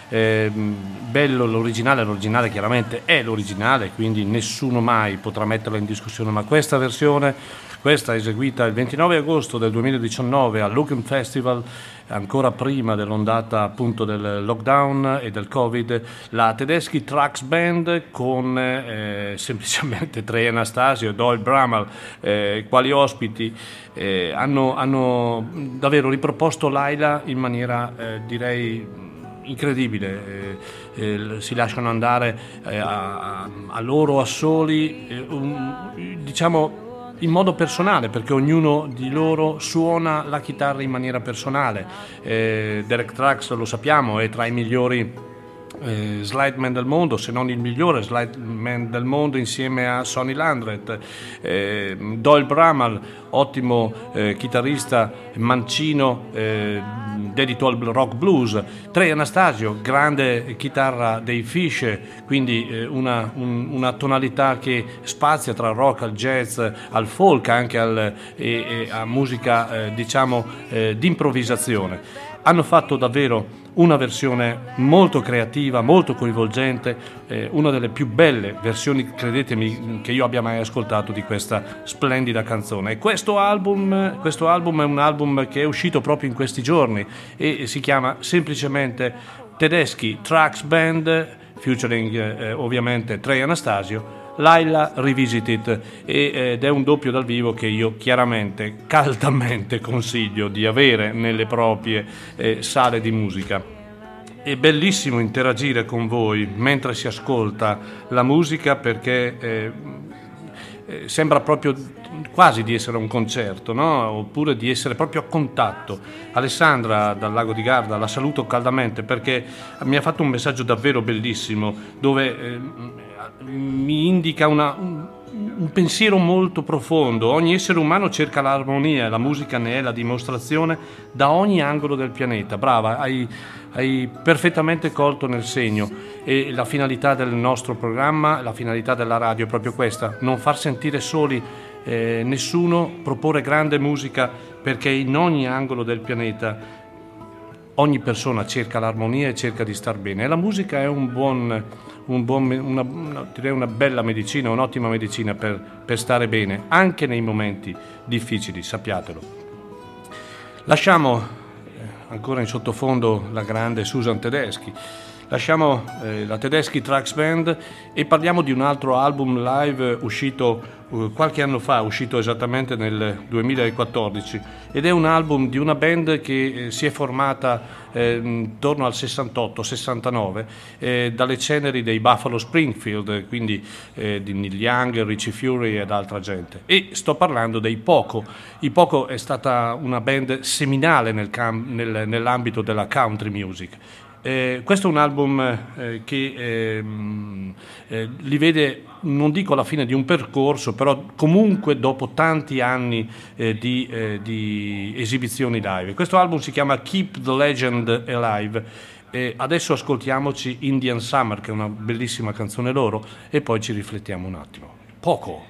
Bello l'originale chiaramente è l'originale, quindi nessuno mai potrà metterla in discussione, ma questa versione, questa eseguita il 29 agosto del 2019 al Loken Festival, ancora prima dell'ondata appunto del lockdown e del Covid, la Tedeschi Trucks Band con semplicemente Trey Anastasio e Doyle Bramall quali ospiti hanno davvero riproposto Laila in maniera direi incredibile, si lasciano andare a loro a soli, diciamo in modo personale, perché ognuno di loro suona la chitarra in maniera personale. Derek Trucks, lo sappiamo, è tra i migliori slideman del mondo, se non il migliore slideman del mondo insieme a Sonny Landreth. Doyle Bramall, ottimo chitarrista mancino dedito al rock blues. Trey Anastasio, grande chitarra dei Fish, quindi una tonalità che spazia tra rock al jazz al folk, anche a musica diciamo di improvvisazione. Hanno fatto davvero una versione molto creativa, molto coinvolgente, una delle più belle versioni, credetemi, che io abbia mai ascoltato di questa splendida canzone. E questo album è un album che è uscito proprio in questi giorni e si chiama semplicemente Tedeschi Trucks Band, featuring ovviamente Trey Anastasio, Laila Revisited, ed è un doppio dal vivo che io chiaramente, caldamente consiglio di avere nelle proprie sale di musica. È bellissimo interagire con voi mentre si ascolta la musica, perché sembra proprio quasi di essere un concerto, no? Oppure di essere proprio a contatto. Alessandra dal Lago di Garda la saluto caldamente, perché mi ha fatto un messaggio davvero bellissimo dove mi indica un pensiero molto profondo. Ogni essere umano cerca l'armonia e la musica ne è la dimostrazione da ogni angolo del pianeta. Brava, hai perfettamente colto nel segno, e la finalità del nostro programma, la finalità della radio è proprio questa: non far sentire soli nessuno, proporre grande musica, perché in ogni angolo del pianeta ogni persona cerca l'armonia e cerca di star bene, e la musica è direi una bella medicina, un'ottima medicina per stare bene anche nei momenti difficili, sappiatelo. Lasciamo ancora in sottofondo la grande Susan Tedeschi, lasciamo la Tedeschi Trucks Band e parliamo di un altro album live uscito qualche anno fa, uscito esattamente nel 2014, ed è un album di una band che si è formata intorno al 68-69 dalle ceneri dei Buffalo Springfield, quindi di Neil Young, Richie Furay ed altra gente, e sto parlando dei Poco. I Poco è stata una band seminale nell'ambito della country music. Questo è un album che li vede, non dico alla fine di un percorso, però comunque dopo tanti anni di esibizioni live. Questo album si chiama Keep the Legend Alive. Adesso ascoltiamoci Indian Summer, che è una bellissima canzone loro, e poi ci riflettiamo un attimo. Poco.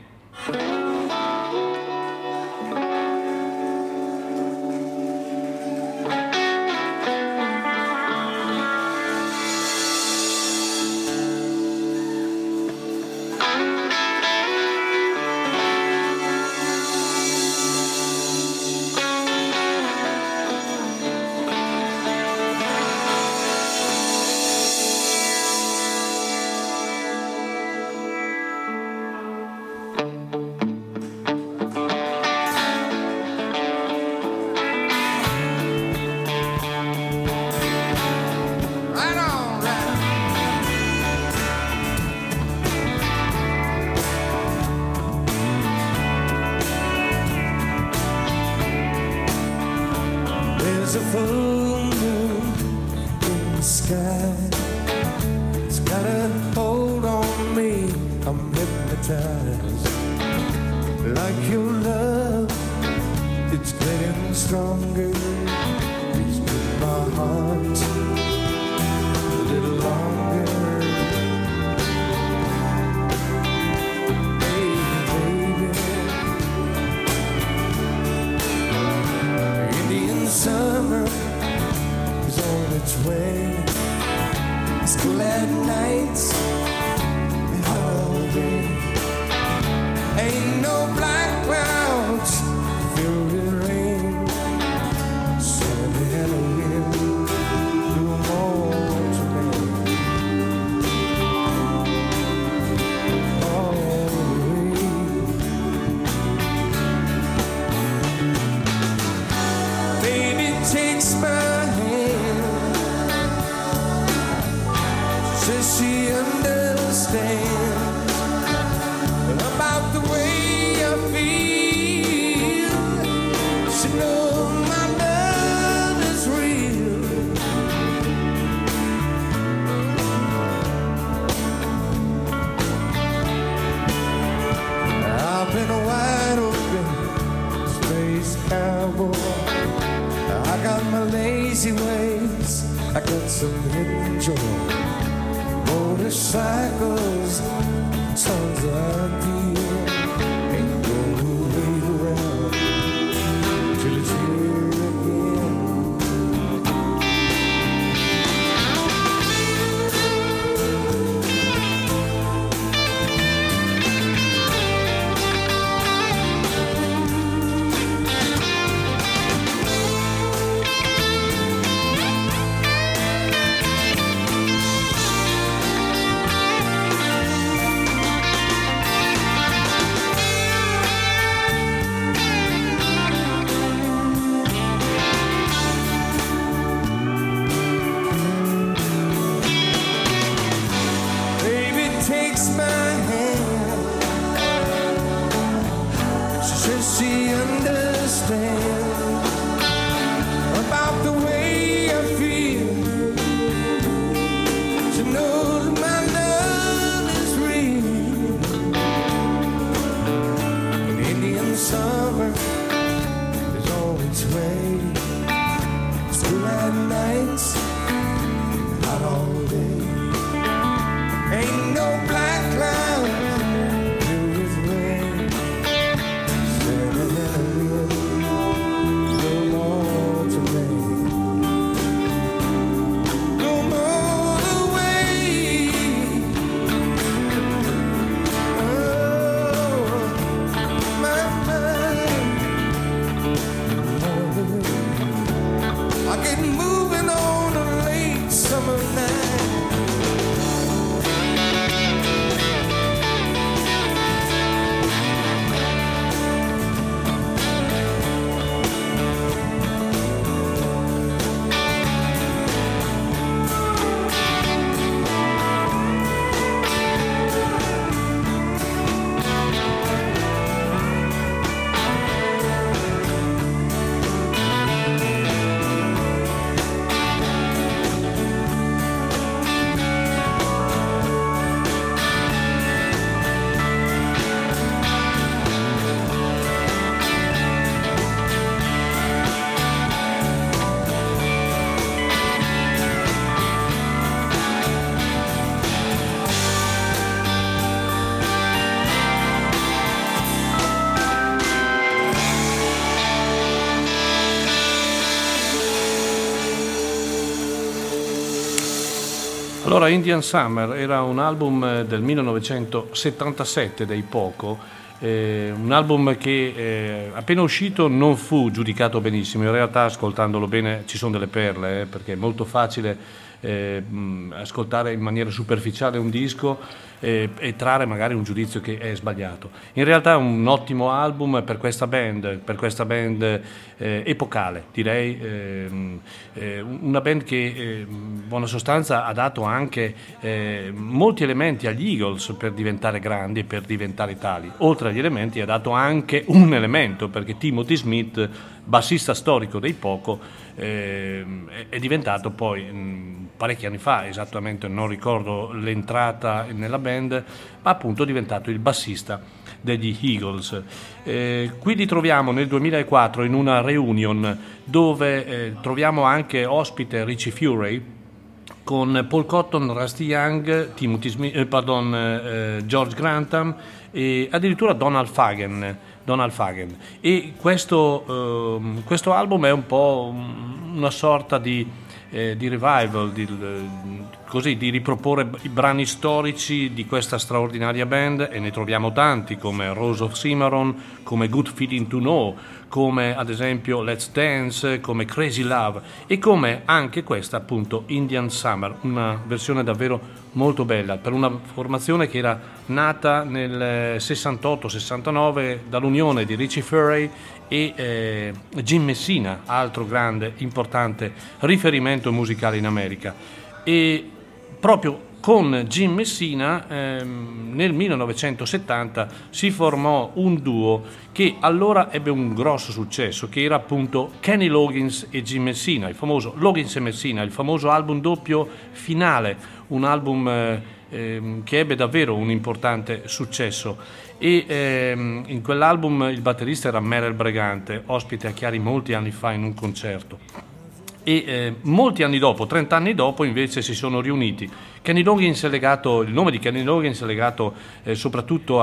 in a wide open space cowboy. I got my lazy ways, I got some hidden joy. Motorcycles, tons of deal. Ain't gonna wait around till it's here again. Allora, Indian Summer era un album del 1977 dei Poco, un album che appena uscito non fu giudicato benissimo. In realtà, ascoltandolo bene, ci sono delle perle, perché è molto facile ascoltare in maniera superficiale un disco e trarre magari un giudizio che è sbagliato. In realtà è un ottimo album per questa band epocale, direi, una band che in buona sostanza ha dato anche molti elementi agli Eagles per diventare grandi e per diventare tali. Oltre agli elementi ha dato anche un elemento, perché Timothy Smith, bassista storico dei Poco, è diventato poi parecchi anni fa, esattamente non ricordo l'entrata nella band, ma appunto è diventato il bassista degli Eagles. Qui li troviamo nel 2004 in una reunion dove troviamo anche ospite Richie Furay, con Paul Cotton, Rusty Young, George Grantham e addirittura Donald Fagen. E questo album è un po' una sorta di revival, di riproporre i brani storici di questa straordinaria band, e ne troviamo tanti come Rose of Cimarron, come Good Feeling to Know, come ad esempio Let's Dance, come Crazy Love, e come anche questa appunto Indian Summer, una versione davvero molto bella per una formazione che era nata nel 68-69 dall'unione di Richie Furay e Jim Messina, altro grande importante riferimento musicale in America. E proprio con Jim Messina nel 1970 si formò un duo che allora ebbe un grosso successo, che era appunto Kenny Loggins e Jim Messina, il famoso Loggins e Messina, il famoso album doppio Finale, un album che ebbe davvero un importante successo, e in quell'album il batterista era Merel Bregante, ospite a Chiari molti anni fa in un concerto. E molti anni dopo, 30 anni dopo, invece si sono riuniti. Kenny Loggins è legato, il nome di Kenny Loggins è legato soprattutto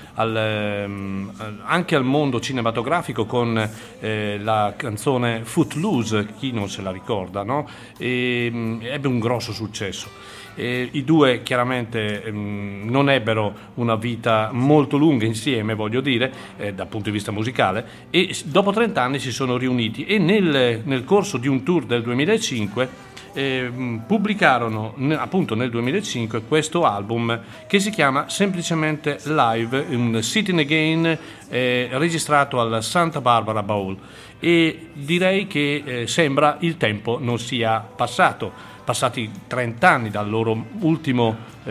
anche al mondo cinematografico, con la canzone Footloose, chi non se la ricorda, no? E ebbe un grosso successo. I due chiaramente non ebbero una vita molto lunga insieme, voglio dire, dal punto di vista musicale, e dopo 30 anni si sono riuniti, e nel corso di un tour del 2005 pubblicarono appunto nel 2005 questo album che si chiama semplicemente Live, un Sitting Again, registrato al Santa Barbara Bowl, e direi che sembra il tempo non sia passati 30 anni dal loro ultimo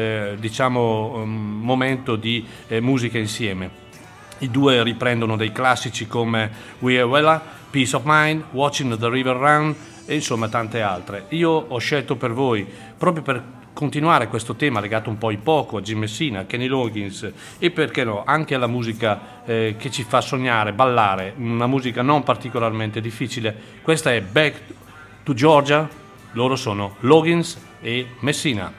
momento di musica insieme. I due riprendono dei classici come We Are Wella, Peace of Mind, Watching the River Run e insomma tante altre. Io ho scelto per voi, proprio per continuare questo tema legato un po' in poco a Jim Messina, Kenny Loggins, e perché no, anche alla musica che ci fa sognare, ballare, una musica non particolarmente difficile. Questa è Back to Georgia, loro sono Loggins e Messina.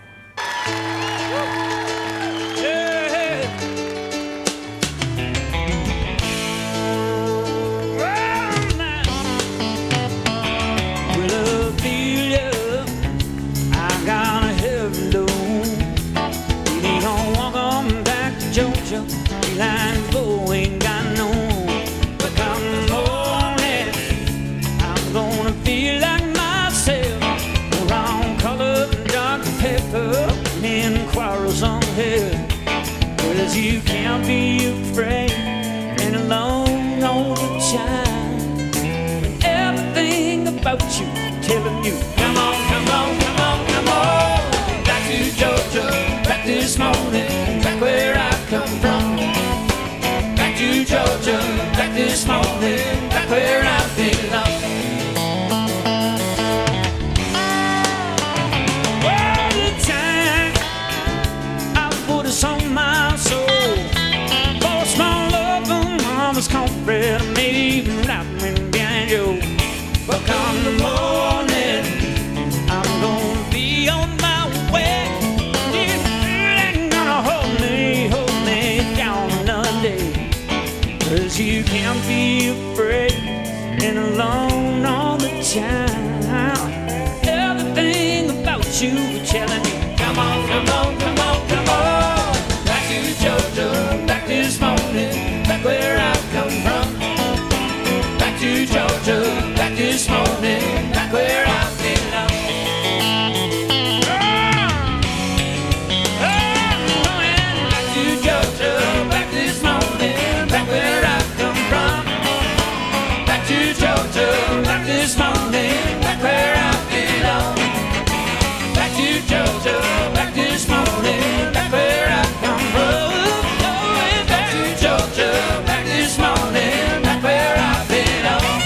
You can't be afraid and alone all the time. Everything about you telling you, come on, come on, come on, come on. Back to Georgia, back this morning, back where I come from. Back to Georgia, back this morning, back where I belong. Well, the time I put us on my soul. Mama's cornbread, maybe not behind you. But come the morning, I'm gonna be on my way. You ain't gonna hold me down another day. 'Cause you can't be afraid and alone all the time. Everything about you telling you, come on, come on, come on, come on. Back to Georgia, back this morning, back where I come from. Back to Georgia, back this morning, back where I belong. Back to Georgia, back this morning, back where I come from. Back to Georgia, back this morning, back where I belong. Back to Georgia, back this morning, back where I come from. Back to Georgia, back this morning, back where I belong.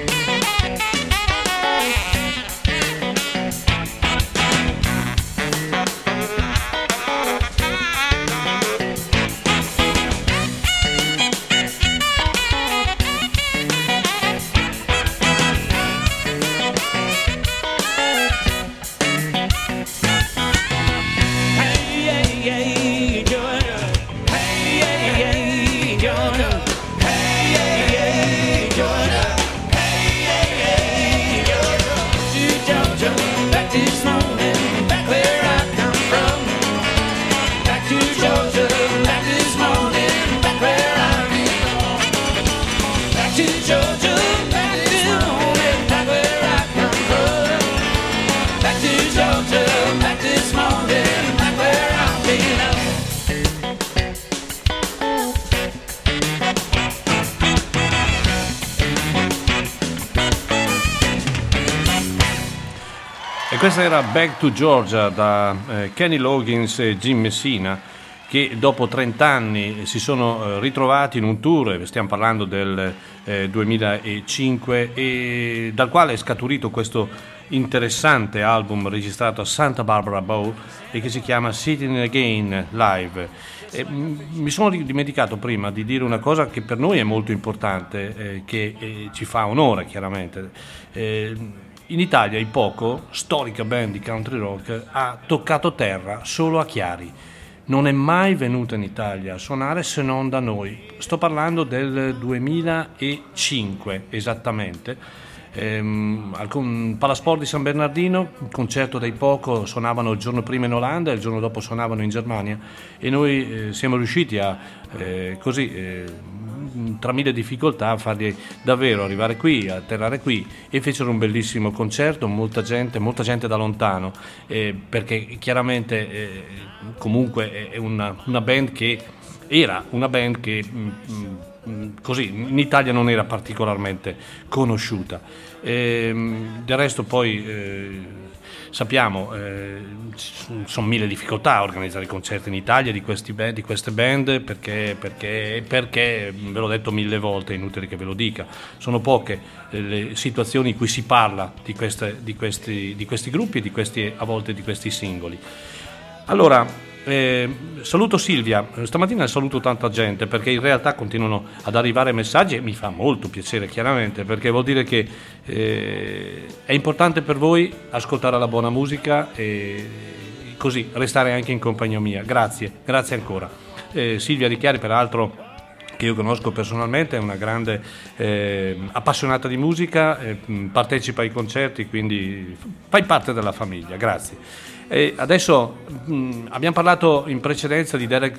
Questa era Back to Georgia da Kenny Loggins e Jim Messina, che dopo 30 anni si sono ritrovati in un tour, stiamo parlando del 2005, e dal quale è scaturito questo interessante album registrato a Santa Barbara Bowl e che si chiama Sitting Again Live. Mi sono dimenticato prima di dire una cosa che per noi è molto importante, che ci fa onore chiaramente. In Italia I Poco, storica band di country rock, ha toccato terra solo a Chiari. Non è mai venuta in Italia a suonare se non da noi. Sto parlando del 2005 esattamente. Al Palasport di San Bernardino, il concerto dei Poco, suonavano il giorno prima in Olanda e il giorno dopo suonavano in Germania, e noi siamo riusciti a tra mille difficoltà a farli davvero arrivare qui, atterrare qui, e fecero un bellissimo concerto, molta gente da lontano, perché chiaramente comunque è una band che era una band che così in Italia non era particolarmente conosciuta. Del resto poi sappiamo, sono mille difficoltà a organizzare i concerti in Italia di queste band, perché ve l'ho detto mille volte, è inutile che ve lo dica, sono poche le situazioni in cui si parla di questi gruppi e a volte di questi singoli. Allora, saluto Silvia, stamattina saluto tanta gente, perché in realtà continuano ad arrivare messaggi e mi fa molto piacere, chiaramente, perché vuol dire che è importante per voi ascoltare la buona musica e così restare anche in compagnia mia. Grazie ancora. Silvia Di Chiari, peraltro, che io conosco personalmente, è una grande appassionata di musica, partecipa ai concerti, quindi fai parte della famiglia. Grazie. E adesso abbiamo parlato in precedenza di Derek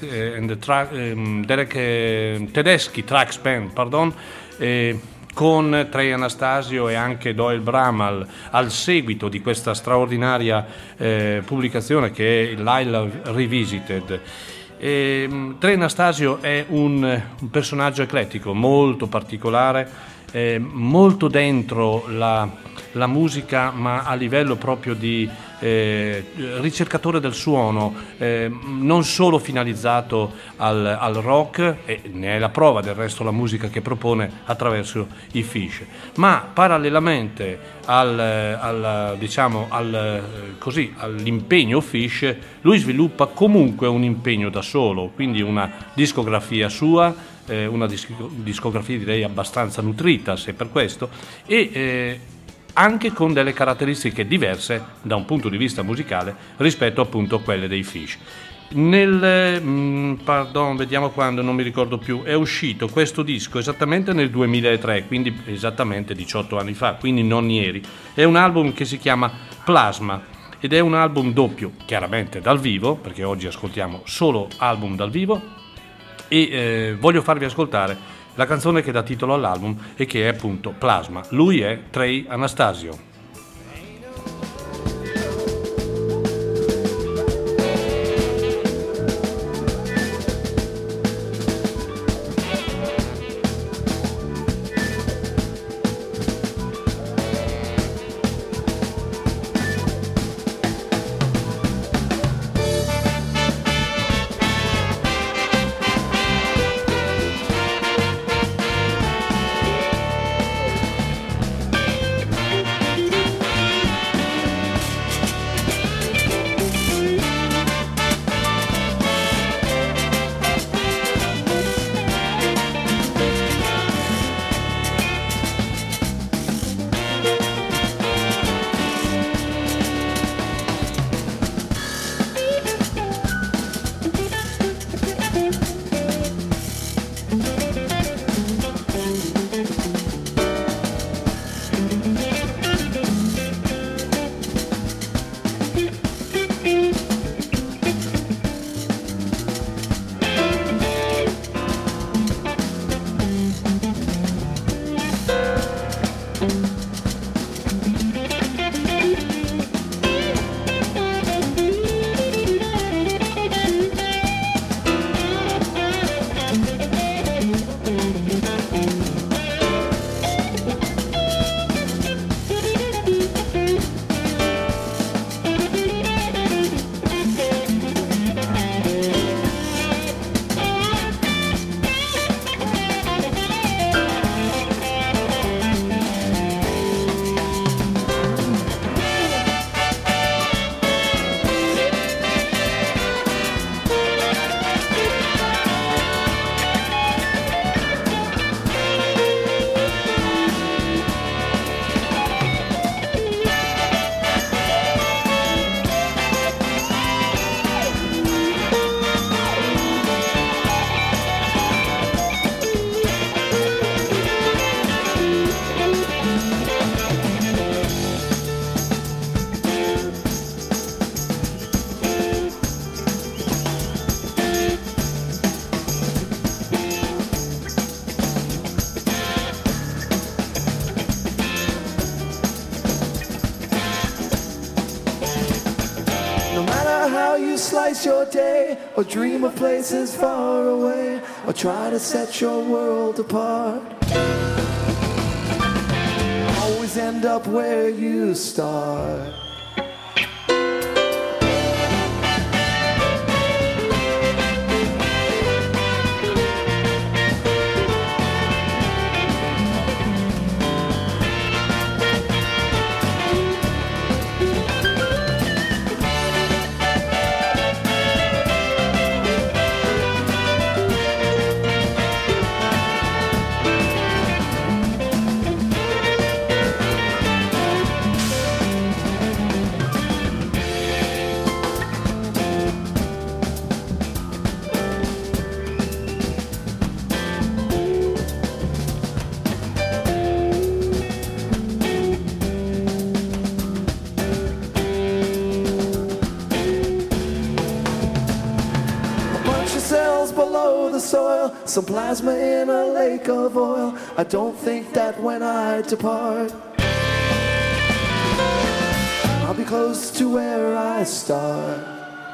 Tedeschi Trax Band, con Trey Anastasio e anche Doyle Bramall, al seguito di questa straordinaria pubblicazione che è Lyle Revisited. Trey Anastasio è un personaggio eclettico, molto particolare, molto dentro la musica, ma a livello proprio di ricercatore del suono, non solo finalizzato al rock, e ne è la prova del resto la musica che propone attraverso i Fish, ma parallelamente all'impegno Fish, lui sviluppa comunque un impegno da solo, quindi una discografia sua, una discografia direi abbastanza nutrita, se per questo, e anche con delle caratteristiche diverse da un punto di vista musicale rispetto appunto a quelle dei Fish. Vediamo quando, non mi ricordo più, è uscito questo disco esattamente nel 2003, quindi esattamente 18 anni fa, quindi non ieri. È un album che si chiama Plasma ed è un album doppio, chiaramente dal vivo, perché oggi ascoltiamo solo album dal vivo, e voglio farvi ascoltare la canzone che dà titolo all'album e che è appunto Plasma. Lui è Trey Anastasio. slice your day, or dream of places far away, or try to set your world apart. Always end up where you start. Some plasma in a lake of oil. I don't think that when I depart, I'll be close to where I start.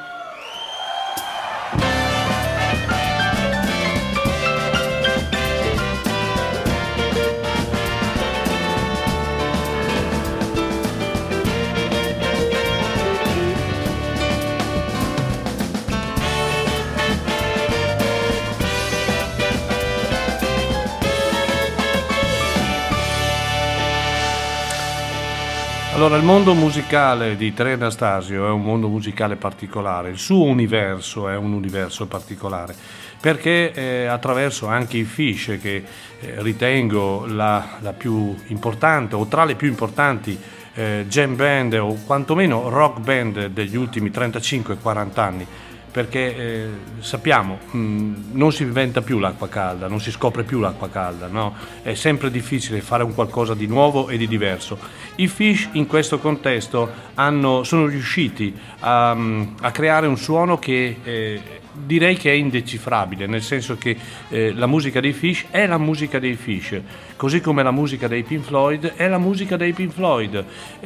Allora, il mondo musicale di Trey Anastasio è un mondo musicale particolare, il suo universo è un universo particolare, perché attraverso anche i Fish, che ritengo la più importante, o tra le più importanti jam band, o quantomeno rock band degli ultimi 35-40 anni, perché sappiamo, non si inventa più l'acqua calda, non si scopre più l'acqua calda, no? È sempre difficile fare un qualcosa di nuovo e di diverso. I Fish in questo contesto sono riusciti a creare un suono che direi che è indecifrabile, nel senso che la musica dei Fish è la musica dei Fish, così come la musica dei Pink Floyd è la musica dei Pink Floyd.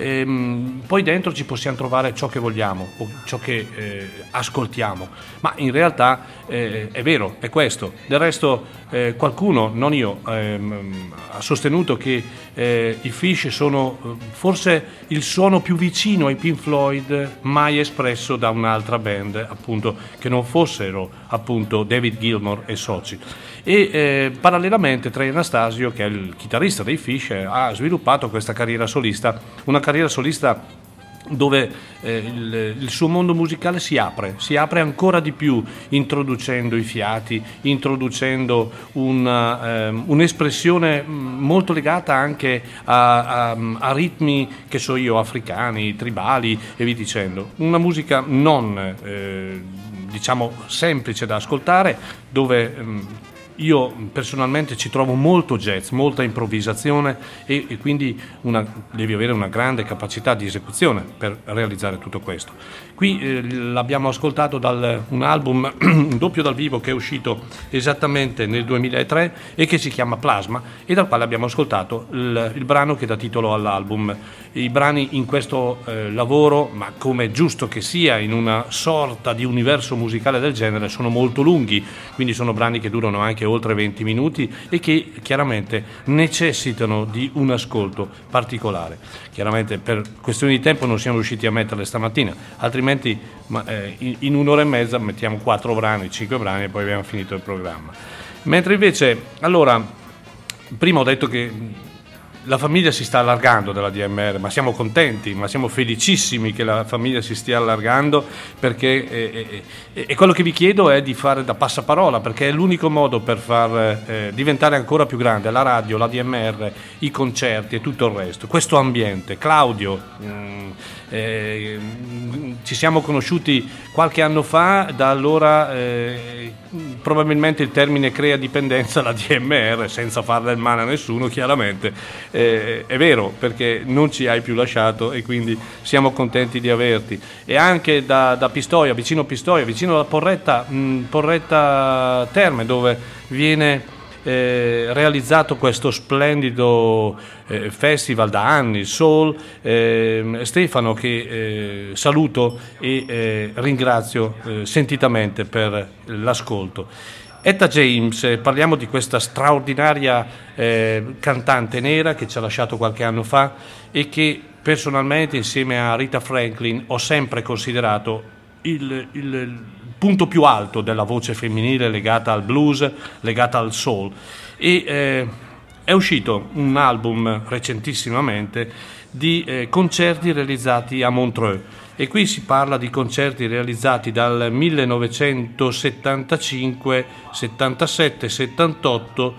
Poi dentro ci possiamo trovare ciò che vogliamo o ciò che ascoltiamo, ma in realtà è vero, è questo. Del resto qualcuno, non io, ha sostenuto che i Fish sono forse il suono più vicino ai Pink Floyd mai espresso da un'altra band, appunto, che non fossero appunto David Gilmour e soci. E parallelamente Trey Anastasio, che è il chitarrista dei Fish, ha sviluppato questa carriera solista, una carriera solista dove il suo mondo musicale si apre ancora di più, introducendo i fiati, introducendo un'espressione molto legata anche a ritmi, che so io, africani, tribali e via dicendo. Una musica non diciamo semplice da ascoltare, dove io personalmente ci trovo molto jazz, molta improvvisazione e quindi devi avere una grande capacità di esecuzione per realizzare tutto questo. Qui l'abbiamo ascoltato un album doppio dal vivo che è uscito esattamente nel 2003 e che si chiama Plasma, e dal quale abbiamo ascoltato il brano che dà titolo all'album. I brani in questo lavoro, ma come è giusto che sia in una sorta di universo musicale del genere, sono molto lunghi, quindi sono brani che durano anche oltre 20 minuti e che chiaramente necessitano di un ascolto particolare. Chiaramente per questioni di tempo non siamo riusciti a metterle stamattina, altrimenti in un'ora e mezza mettiamo 4 brani, 5 brani e poi abbiamo finito il programma. Mentre invece, allora, prima ho detto che la famiglia si sta allargando della DMR, ma siamo contenti, ma siamo felicissimi che la famiglia si stia allargando, perché e quello che vi chiedo è di fare da passaparola, perché è l'unico modo per far diventare ancora più grande la radio, la DMR, i concerti e tutto il resto. Questo ambiente. Claudio, ci siamo conosciuti qualche anno fa, da allora probabilmente il termine crea dipendenza alla DMR, senza far del male a nessuno chiaramente. È vero, perché non ci hai più lasciato e quindi siamo contenti di averti. E anche da Pistoia, vicino alla Porretta Terme, dove viene realizzato questo splendido festival da anni, Soul. Stefano, che saluto e ringrazio sentitamente per l'ascolto. Etta James, parliamo di questa straordinaria cantante nera che ci ha lasciato qualche anno fa e che personalmente, insieme a Rita Franklin, ho sempre considerato il punto più alto della voce femminile legata al blues, legata al soul. E è uscito un album recentissimamente di concerti realizzati a Montreux, e qui si parla di concerti realizzati dal 1975, 77, 78,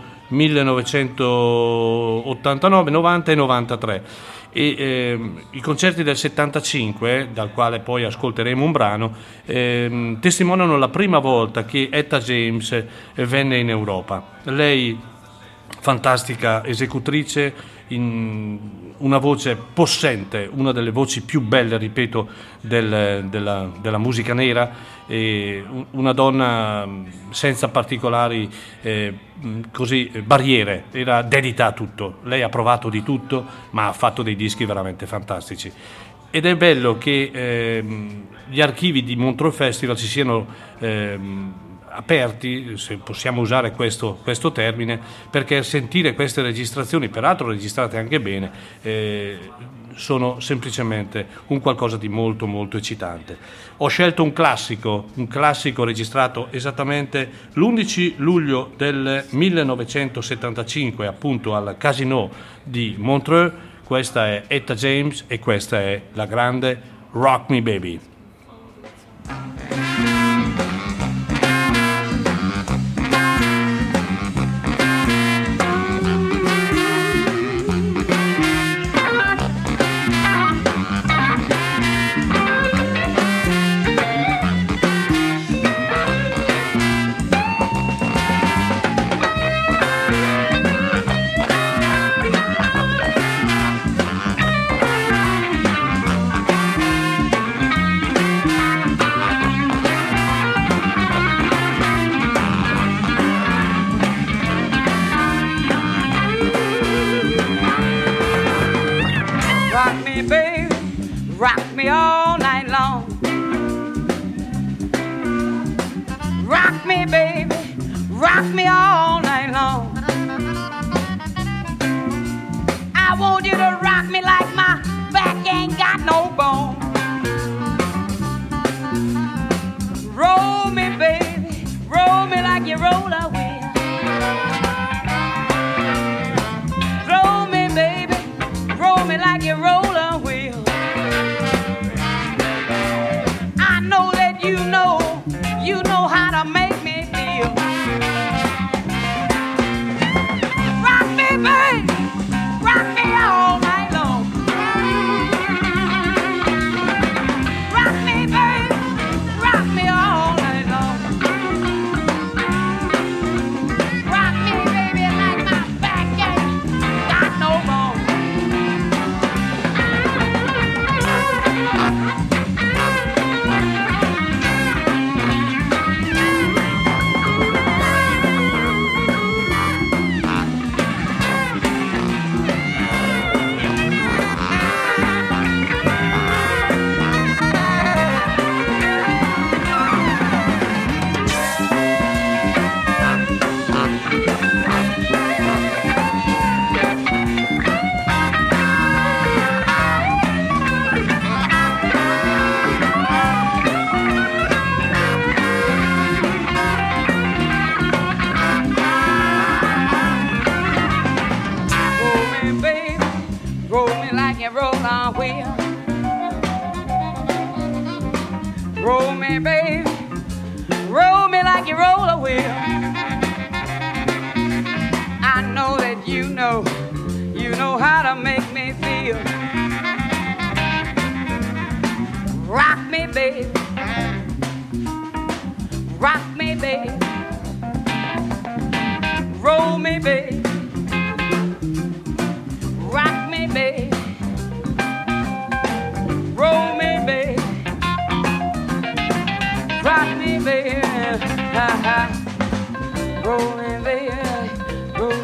1989, 90 e 93. E i concerti del 75, dal quale poi ascolteremo un brano, testimoniano la prima volta che Etta James venne in Europa. Lei, fantastica esecutrice, una voce possente, una delle voci più belle, ripeto, della musica nera, e una donna senza particolari barriere, era dedita a tutto. Lei ha provato di tutto, ma ha fatto dei dischi veramente fantastici. Ed è bello che gli archivi di Montreux Festival si siano aperti, se possiamo usare questo termine, perché sentire queste registrazioni, peraltro registrate anche bene, sono semplicemente un qualcosa di molto molto eccitante. Ho scelto un classico registrato esattamente l'11 luglio del 1975, appunto al Casino di Montreux. Questa è Etta James e questa è la grande Rock Me Baby.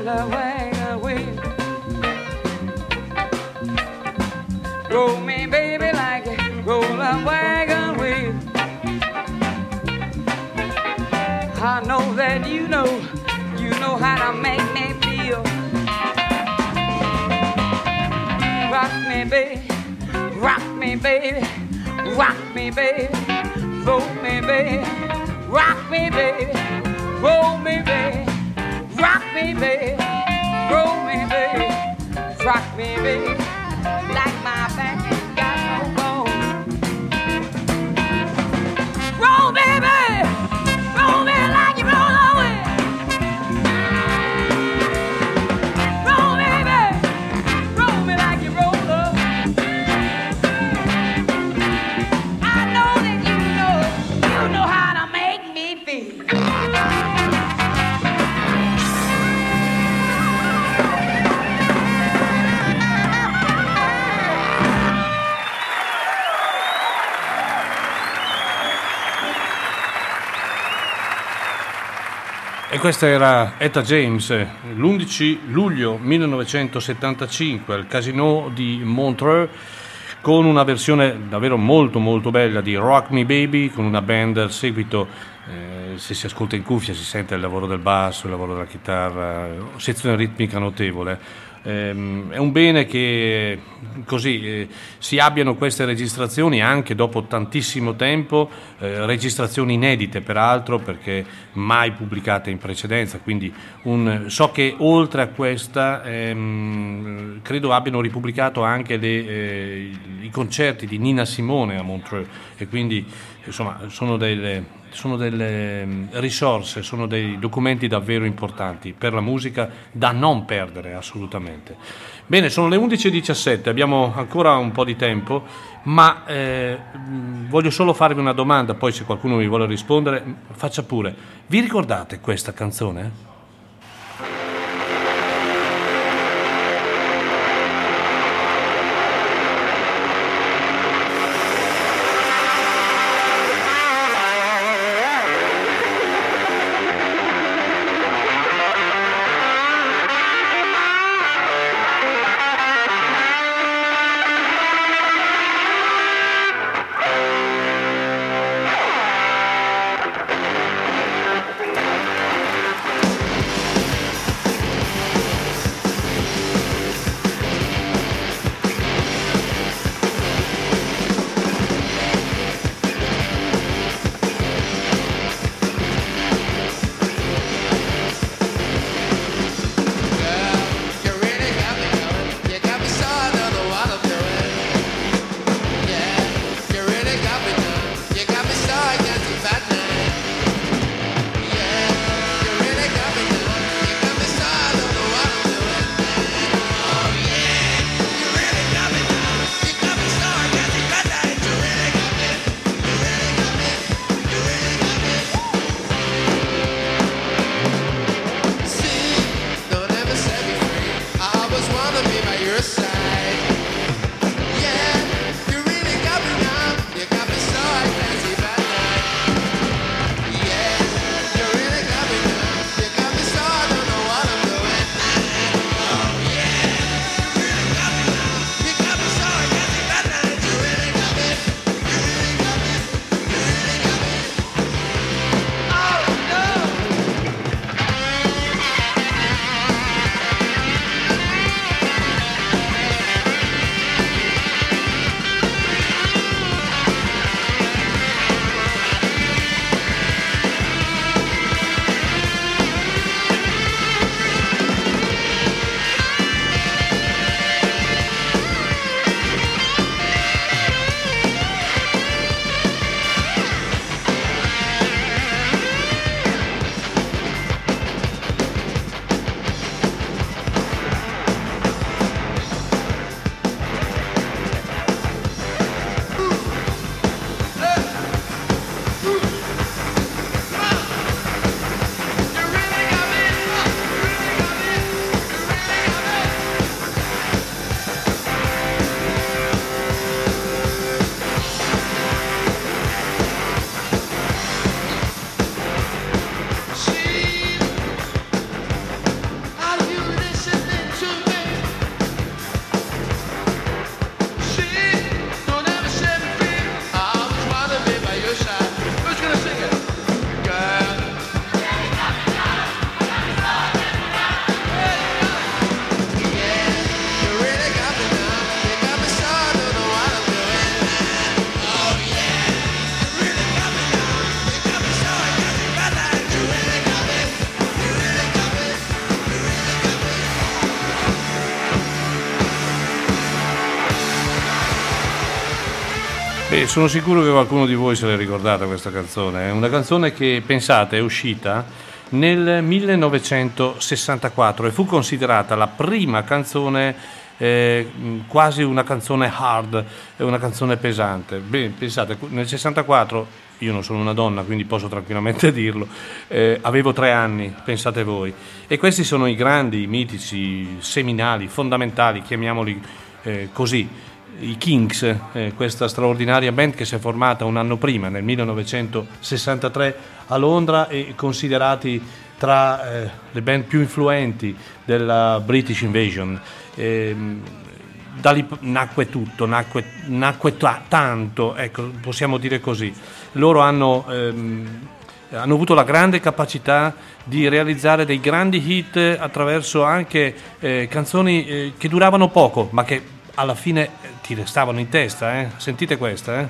that wagon wheel. Roll me, baby, like a roll a wagon wheel. I know that you know how to make me feel. Rock me, baby, rock me, baby, rock me, baby, roll me, baby, rock me, baby, roll me, baby, rock me, baby, roll me, baby, rock me, baby, like my back ain't got no bone. Roll me, baby, roll me like you roll away. Roll me, baby, roll me like you roll up. I know that you know how to make me feel. E questa era Etta James, l'11 luglio 1975 al Casino di Montreux, con una versione davvero molto molto bella di Rock Me Baby, con una band al seguito. Se si ascolta in cuffia si sente il lavoro del basso, il lavoro della chitarra, sezione ritmica notevole. È un bene che così si abbiano queste registrazioni anche dopo tantissimo tempo, registrazioni inedite peraltro, perché mai pubblicate in precedenza, quindi so che oltre a questa credo abbiano ripubblicato anche i concerti di Nina Simone a Montreux, e quindi insomma sono delle risorse, sono dei documenti davvero importanti per la musica da non perdere assolutamente. Bene, sono le 11:17, abbiamo ancora un po' di tempo, ma voglio solo farvi una domanda, poi se qualcuno mi vuole rispondere faccia pure. Vi ricordate questa canzone? Sono sicuro che qualcuno di voi se l'è ricordata questa canzone. È una canzone che, pensate, è uscita nel 1964 e fu considerata la prima canzone, quasi una canzone hard, una canzone pesante. Beh, pensate, nel 64, io non sono una donna quindi posso tranquillamente dirlo, avevo 3 anni, pensate voi. E questi sono i grandi, i mitici, seminali, fondamentali, chiamiamoli così, i Kinks, questa straordinaria band che si è formata un anno prima, nel 1963 a Londra, e considerati tra le band più influenti della British Invasion. Da lì nacque tutto, nacque tanto, ecco, possiamo dire così. Loro hanno avuto la grande capacità di realizzare dei grandi hit attraverso anche canzoni che duravano poco, ma che alla fine ti restavano in testa, Sentite questa,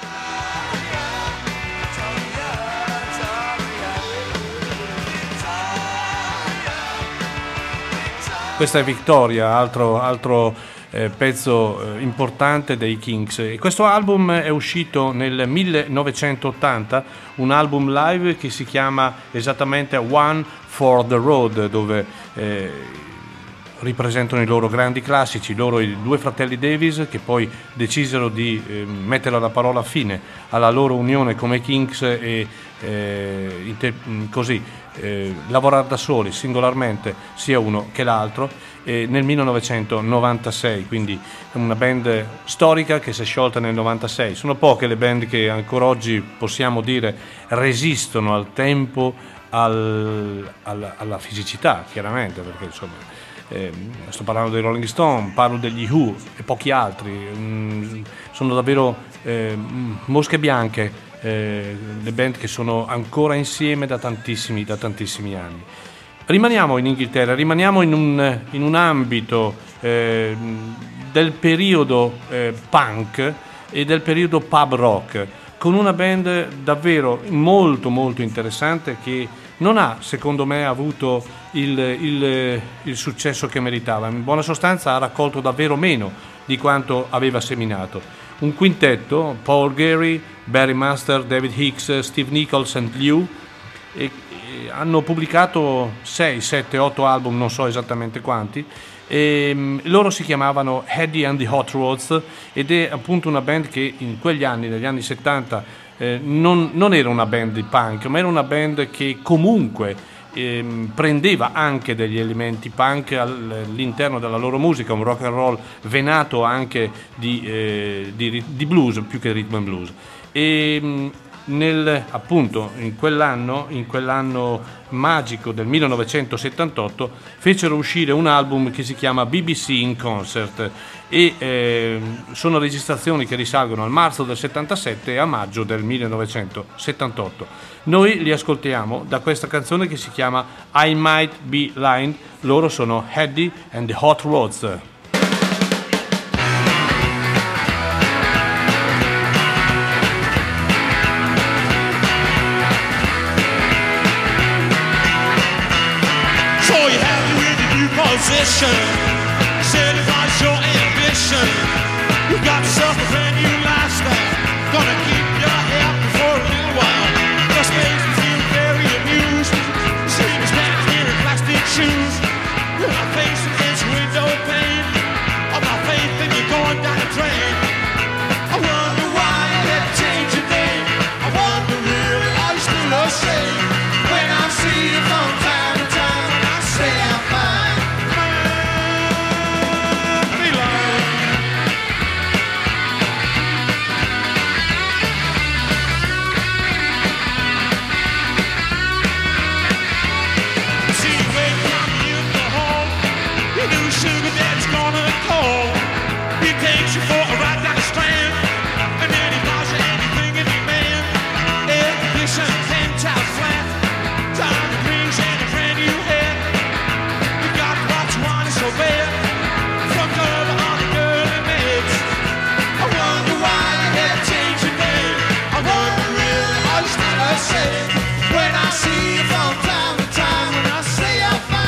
Questa è Victoria, altro pezzo importante dei Kinks. E questo album è uscito nel 1980, un album live che si chiama esattamente One for the Road, dove ripresentano i loro grandi classici, loro i 2 fratelli Davis, che poi decisero di mettere la parola fine alla loro unione come Kinks e lavorare da soli, singolarmente, sia uno che l'altro, nel 1996, quindi è una band storica che si è sciolta nel 96. Sono poche le band che ancora oggi, possiamo dire, resistono al tempo, alla fisicità, chiaramente, perché insomma sto parlando dei Rolling Stone, parlo degli Who e pochi altri. Sono davvero mosche bianche, le band che sono ancora insieme da tantissimi anni. Rimaniamo in Inghilterra, rimaniamo in un ambito del periodo punk e del periodo pub rock, con una band davvero molto molto interessante che non ha, secondo me, avuto il successo che meritava. In buona sostanza ha raccolto davvero meno di quanto aveva seminato. Un quintetto: Paul Gary, Barry Master, David Hicks, Steve Nichols e Lew, e hanno pubblicato 6, 7, 8 album, non so esattamente quanti, e loro si chiamavano Eddie and the Hot Rods, ed è appunto una band che in quegli anni, negli anni 70, non era una band di punk, ma era una band che comunque prendeva anche degli elementi punk all'interno della loro musica, un rock and roll venato anche di blues più che rhythm and blues. E appunto in quell'anno magico del 1978 fecero uscire un album che si chiama BBC in Concert, e sono registrazioni che risalgono al marzo del 77 e a maggio del 1978. Noi li ascoltiamo da questa canzone che si chiama I Might Be Lying. Loro sono Eddie and the Hot Rods. Position, satisfies your ambition. You got yourself a brand new lifestyle, gonna keep you happy for a little while. Just makes me feel very amused. Seeing this man wearing plastic shoes. With my face against window pane, of my faith in you going down the drain. I wonder why you had to change your name. I wonder really, are you still the same? When I see you from time to time, I say I'm fine. Sugar daddy's gonna call. He takes you for a ride down the Strand, and then he buys you anything in demand. Air conditioned, 10 times flat, diamond rings and a brand new head. You got what you want, it's so bad. From girl to on the girl and meds. I wonder why you had to change your name. I wonder really, are you still the same? When I see you from time to time, when I say I'm fine.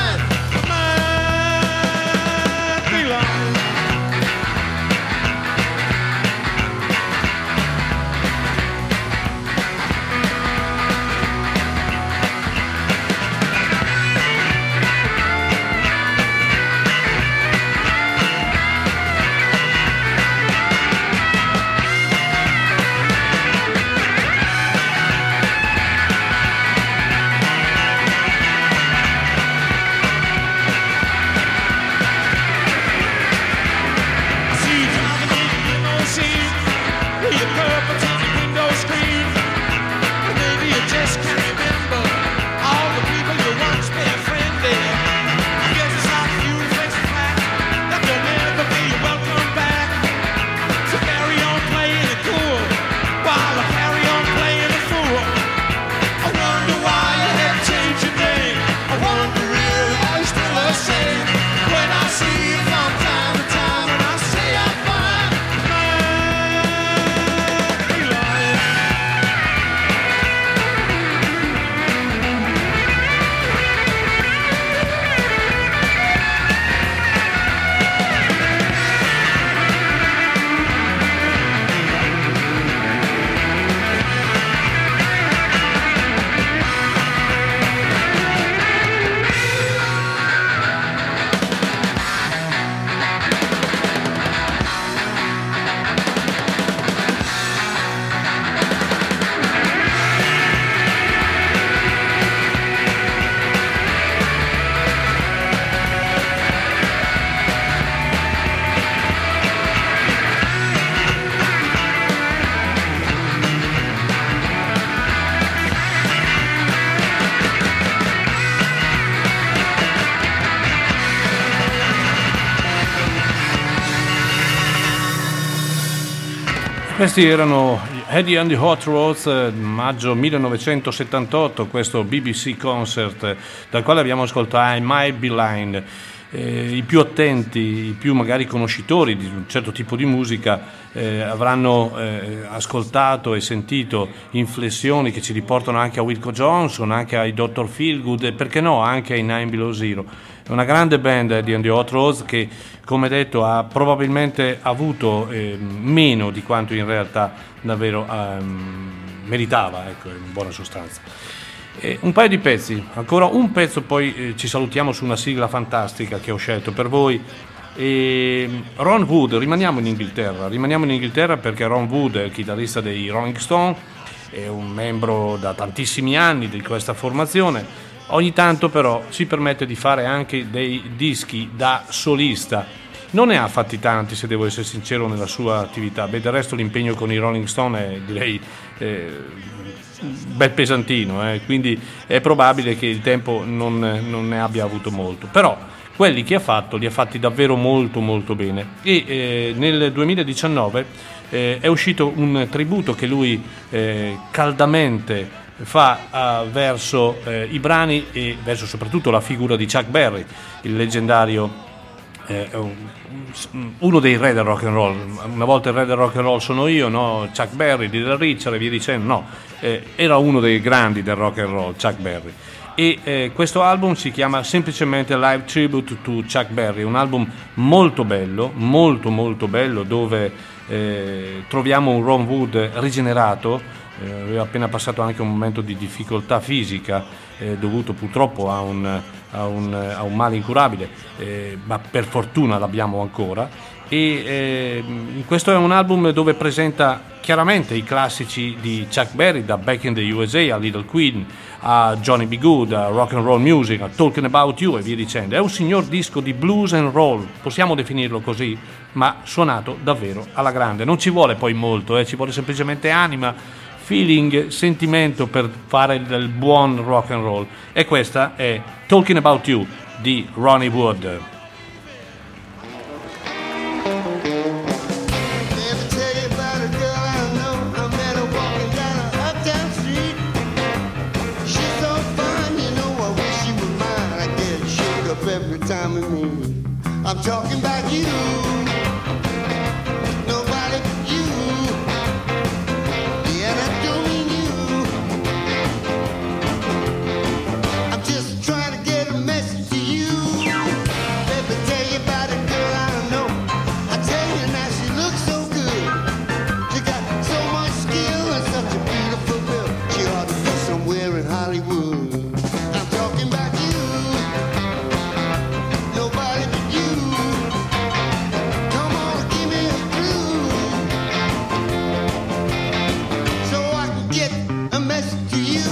Questi erano Eddie and the Hot Rods, maggio 1978, questo BBC concert dal quale abbiamo ascoltato I Might Be Blind. I più attenti, i più magari conoscitori di un certo tipo di musica avranno ascoltato e sentito inflessioni che ci riportano anche a Wilco Johnson, anche ai Dr. Feelgood e perché no anche ai Nine Below Zero. È una grande band di The Hot Rods che, come detto, ha probabilmente avuto meno di quanto in realtà davvero meritava, ecco, in buona sostanza. Un paio di pezzi, ancora un pezzo, poi ci salutiamo su una sigla fantastica che ho scelto per voi. Ron Wood, rimaniamo in Inghilterra perché Ron Wood è il chitarrista dei Rolling Stone, è un membro da tantissimi anni di questa formazione. Ogni tanto però si permette di fare anche dei dischi da solista. Non ne ha fatti tanti, se devo essere sincero, nella sua attività. Beh, del resto l'impegno con i Rolling Stone è, direi, bel pesantino, quindi è probabile che il tempo non ne abbia avuto molto. Però quelli che ha fatto li ha fatti davvero molto molto bene. E nel 2019 è uscito un tributo che lui caldamente fa verso i brani e verso soprattutto la figura di Chuck Berry, il leggendario uno dei re del rock and roll. Una volta il re del rock and roll sono io, no? Chuck Berry, Little Richard e via dicendo, no, era uno dei grandi del rock and roll, Chuck Berry. E questo album si chiama semplicemente Live Tribute to Chuck Berry, un album molto bello, molto molto bello, dove troviamo un Ron Wood rigenerato. Aveva appena passato anche un momento di difficoltà fisica dovuto purtroppo a un male incurabile, ma per fortuna l'abbiamo ancora. E questo è un album dove presenta chiaramente i classici di Chuck Berry, da Back in the USA a Little Queen a Johnny B. Good, a Rock and Roll Music, a Talking About You e via dicendo. È un signor disco di blues and roll, possiamo definirlo così, ma suonato davvero alla grande. Non ci vuole poi molto, ci vuole semplicemente anima, feeling, sentimento per fare il buon rock and roll. E questa è Talking About You di Ronnie Wood. I'm talking about you. Nobody but you. Yeah, I don't mean you. I'm just trying to get a message to you. Let me tell you about a girl I know. I tell you now, she looks so good. She got so much skill and such a beautiful girl. She ought to be somewhere in Hollywood. I'm talking about you. Nobody but you. Come on, give me a clue, so I can get a message to you.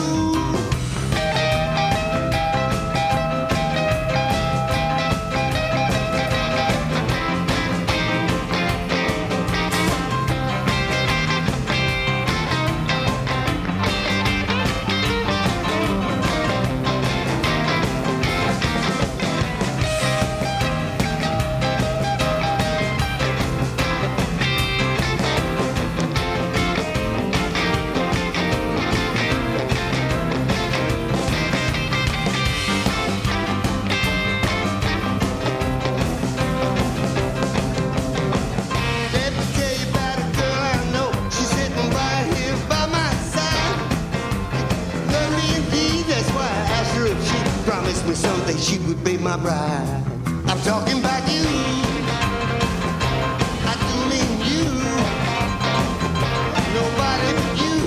Let me tell you about a girl I know. She's sitting right here by my side. Lovely indeed, that's why I asked her if she promised me someday she would be my bride. I'm talking about you. I do mean you. Nobody but you.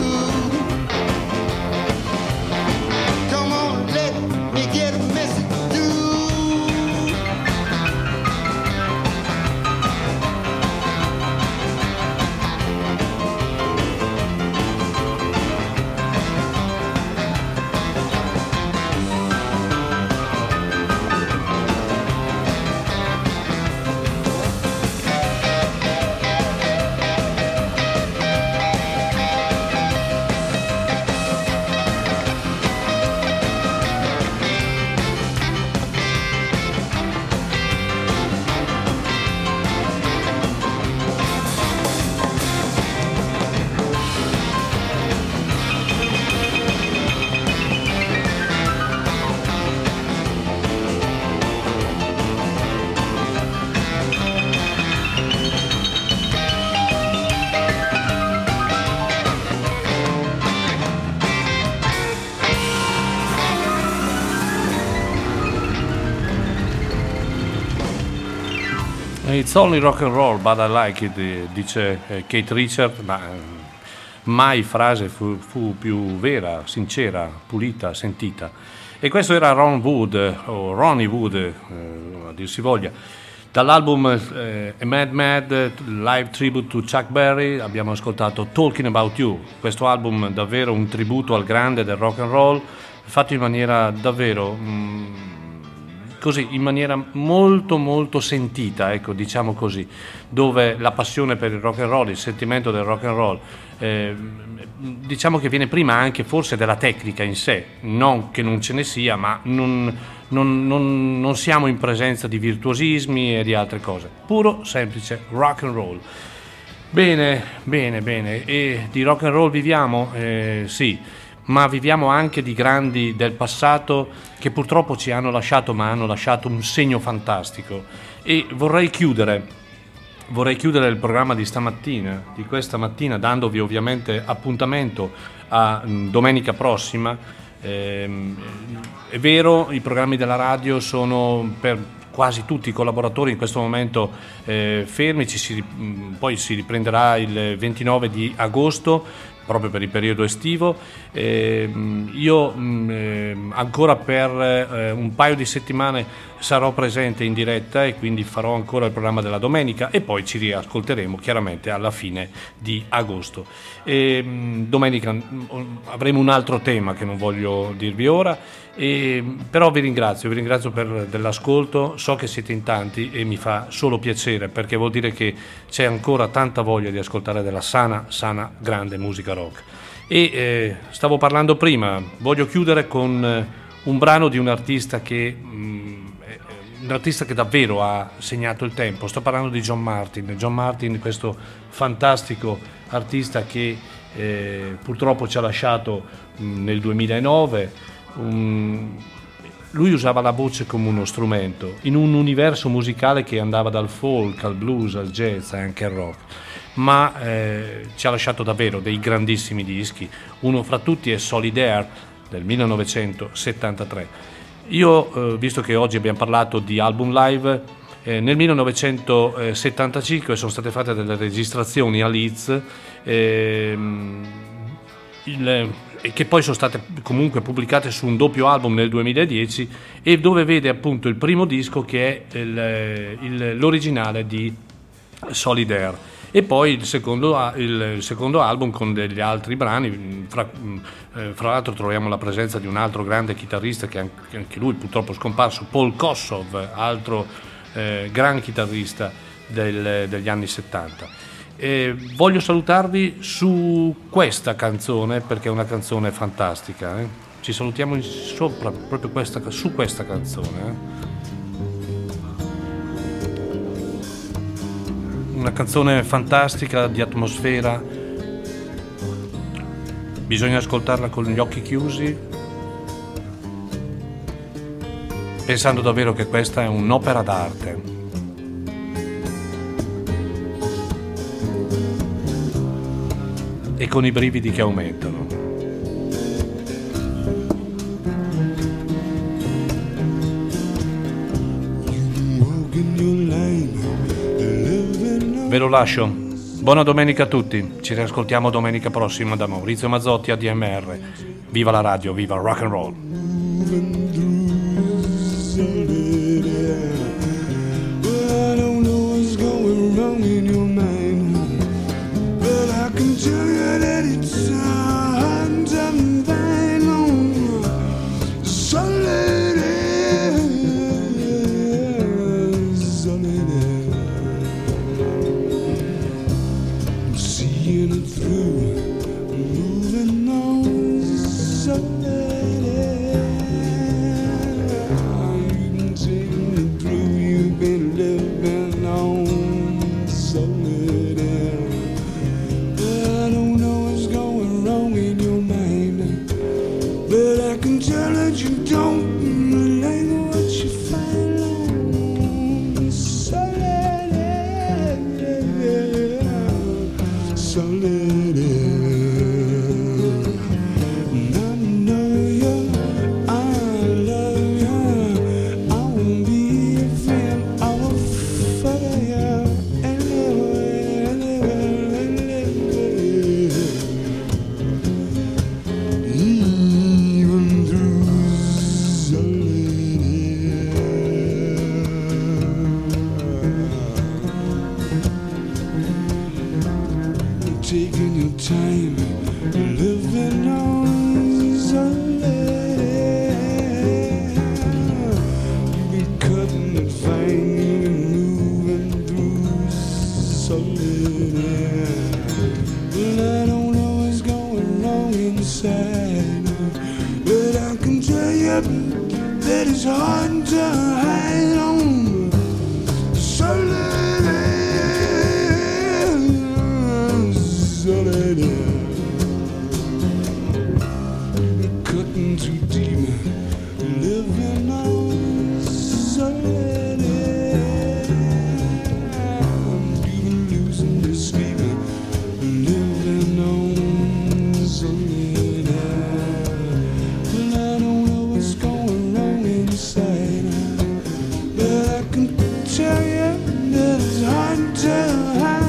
Come on, let me get a message through. It's only rock and roll, but I like it, dice Keith Richards, ma mai frase fu più vera, sincera, pulita, sentita. E questo era Ron Wood, o Ronnie Wood, a dir si voglia. Dall'album A Mad Mad, live tribute to Chuck Berry, abbiamo ascoltato Talking About You. Questo album è davvero un tributo al grande del rock and roll, fatto in maniera davvero... così, in maniera molto molto sentita, ecco, diciamo così, dove la passione per il rock and roll, il sentimento del rock and roll, diciamo che viene prima anche forse della tecnica in sé, non che non ce ne sia, ma non siamo in presenza di virtuosismi e di altre cose, puro semplice rock and roll. Bene, e di rock and roll viviamo? Sì, ma viviamo anche di grandi del passato che purtroppo ci hanno lasciato, ma hanno lasciato un segno fantastico. E vorrei chiudere il programma di stamattina, di questa mattina, dandovi ovviamente appuntamento a domenica prossima. È vero, i programmi della radio sono per quasi tutti i collaboratori in questo momento fermi, poi si riprenderà il 29 di agosto, proprio per il periodo estivo. Io ancora per un paio di settimane sarò presente in diretta e quindi farò ancora il programma della domenica e poi ci riascolteremo chiaramente alla fine di agosto. Domenica avremo un altro tema che non voglio dirvi ora, però vi ringrazio dell'ascolto, so che siete in tanti e mi fa solo piacere, perché vuol dire che c'è ancora tanta voglia di ascoltare della sana grande musica rock. E stavo parlando prima, voglio chiudere con un brano di un artista che davvero ha segnato il tempo. Sto parlando di John Martyn, questo fantastico artista che purtroppo ci ha lasciato nel 2009. Lui usava la voce come uno strumento in un universo musicale che andava dal folk al blues al jazz e anche al rock, ma ci ha lasciato davvero dei grandissimi dischi. Uno fra tutti è Solid Air del 1973. Io, visto che oggi abbiamo parlato di album live, nel 1975 sono state fatte delle registrazioni a Leeds che poi sono state comunque pubblicate su un doppio album nel 2010, e dove vede appunto il primo disco che è l'originale di Solid Air, e poi il secondo album con degli altri brani. Fra l'altro troviamo la presenza di un altro grande chitarrista che anche lui purtroppo è scomparso, Paul Kossoff, altro gran chitarrista degli anni 70. Voglio salutarvi su questa canzone, perché è una canzone fantastica. Ci salutiamo proprio su questa canzone. Una canzone fantastica, di atmosfera. Bisogna ascoltarla con gli occhi chiusi, pensando davvero che questa è un'opera d'arte. E con i brividi che aumentano. Ve lo lascio. Buona domenica a tutti. Ci riascoltiamo domenica prossima da Maurizio Mazzotti a DMR. Viva la radio, viva il rock and roll. Moving on, so lady. time living on solid. You've been cutting and finding and moving through solid. Well, I don't know what's going on inside, but I can tell you that it's hard to hide on solid. Cutting too deep, living on solid. You've been losing your sleep, living on solid. Well, I don't know what's going on inside, but I can tell you that it's hard to hide.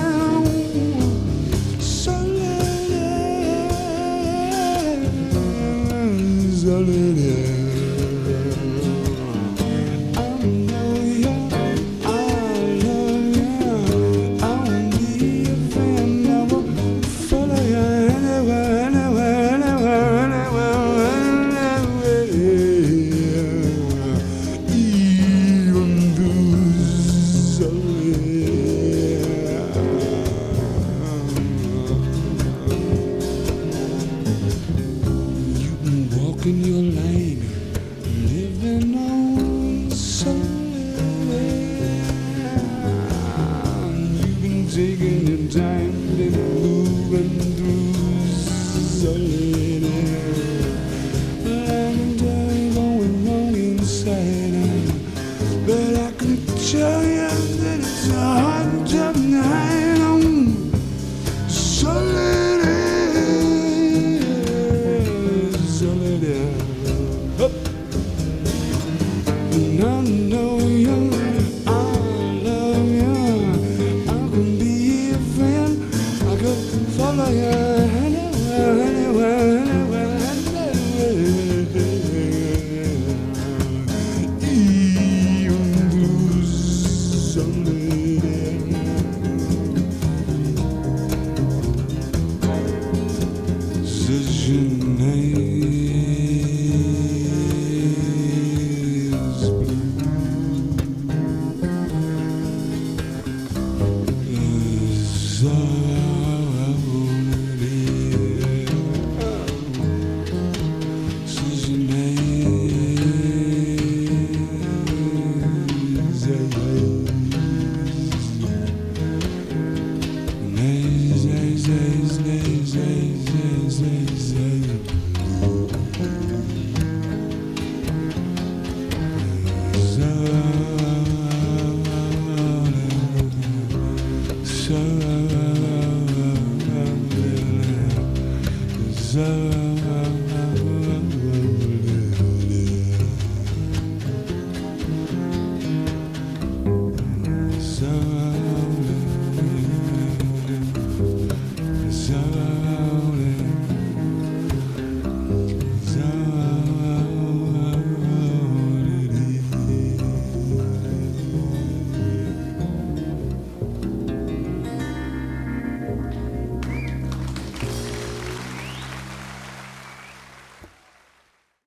But I can tell you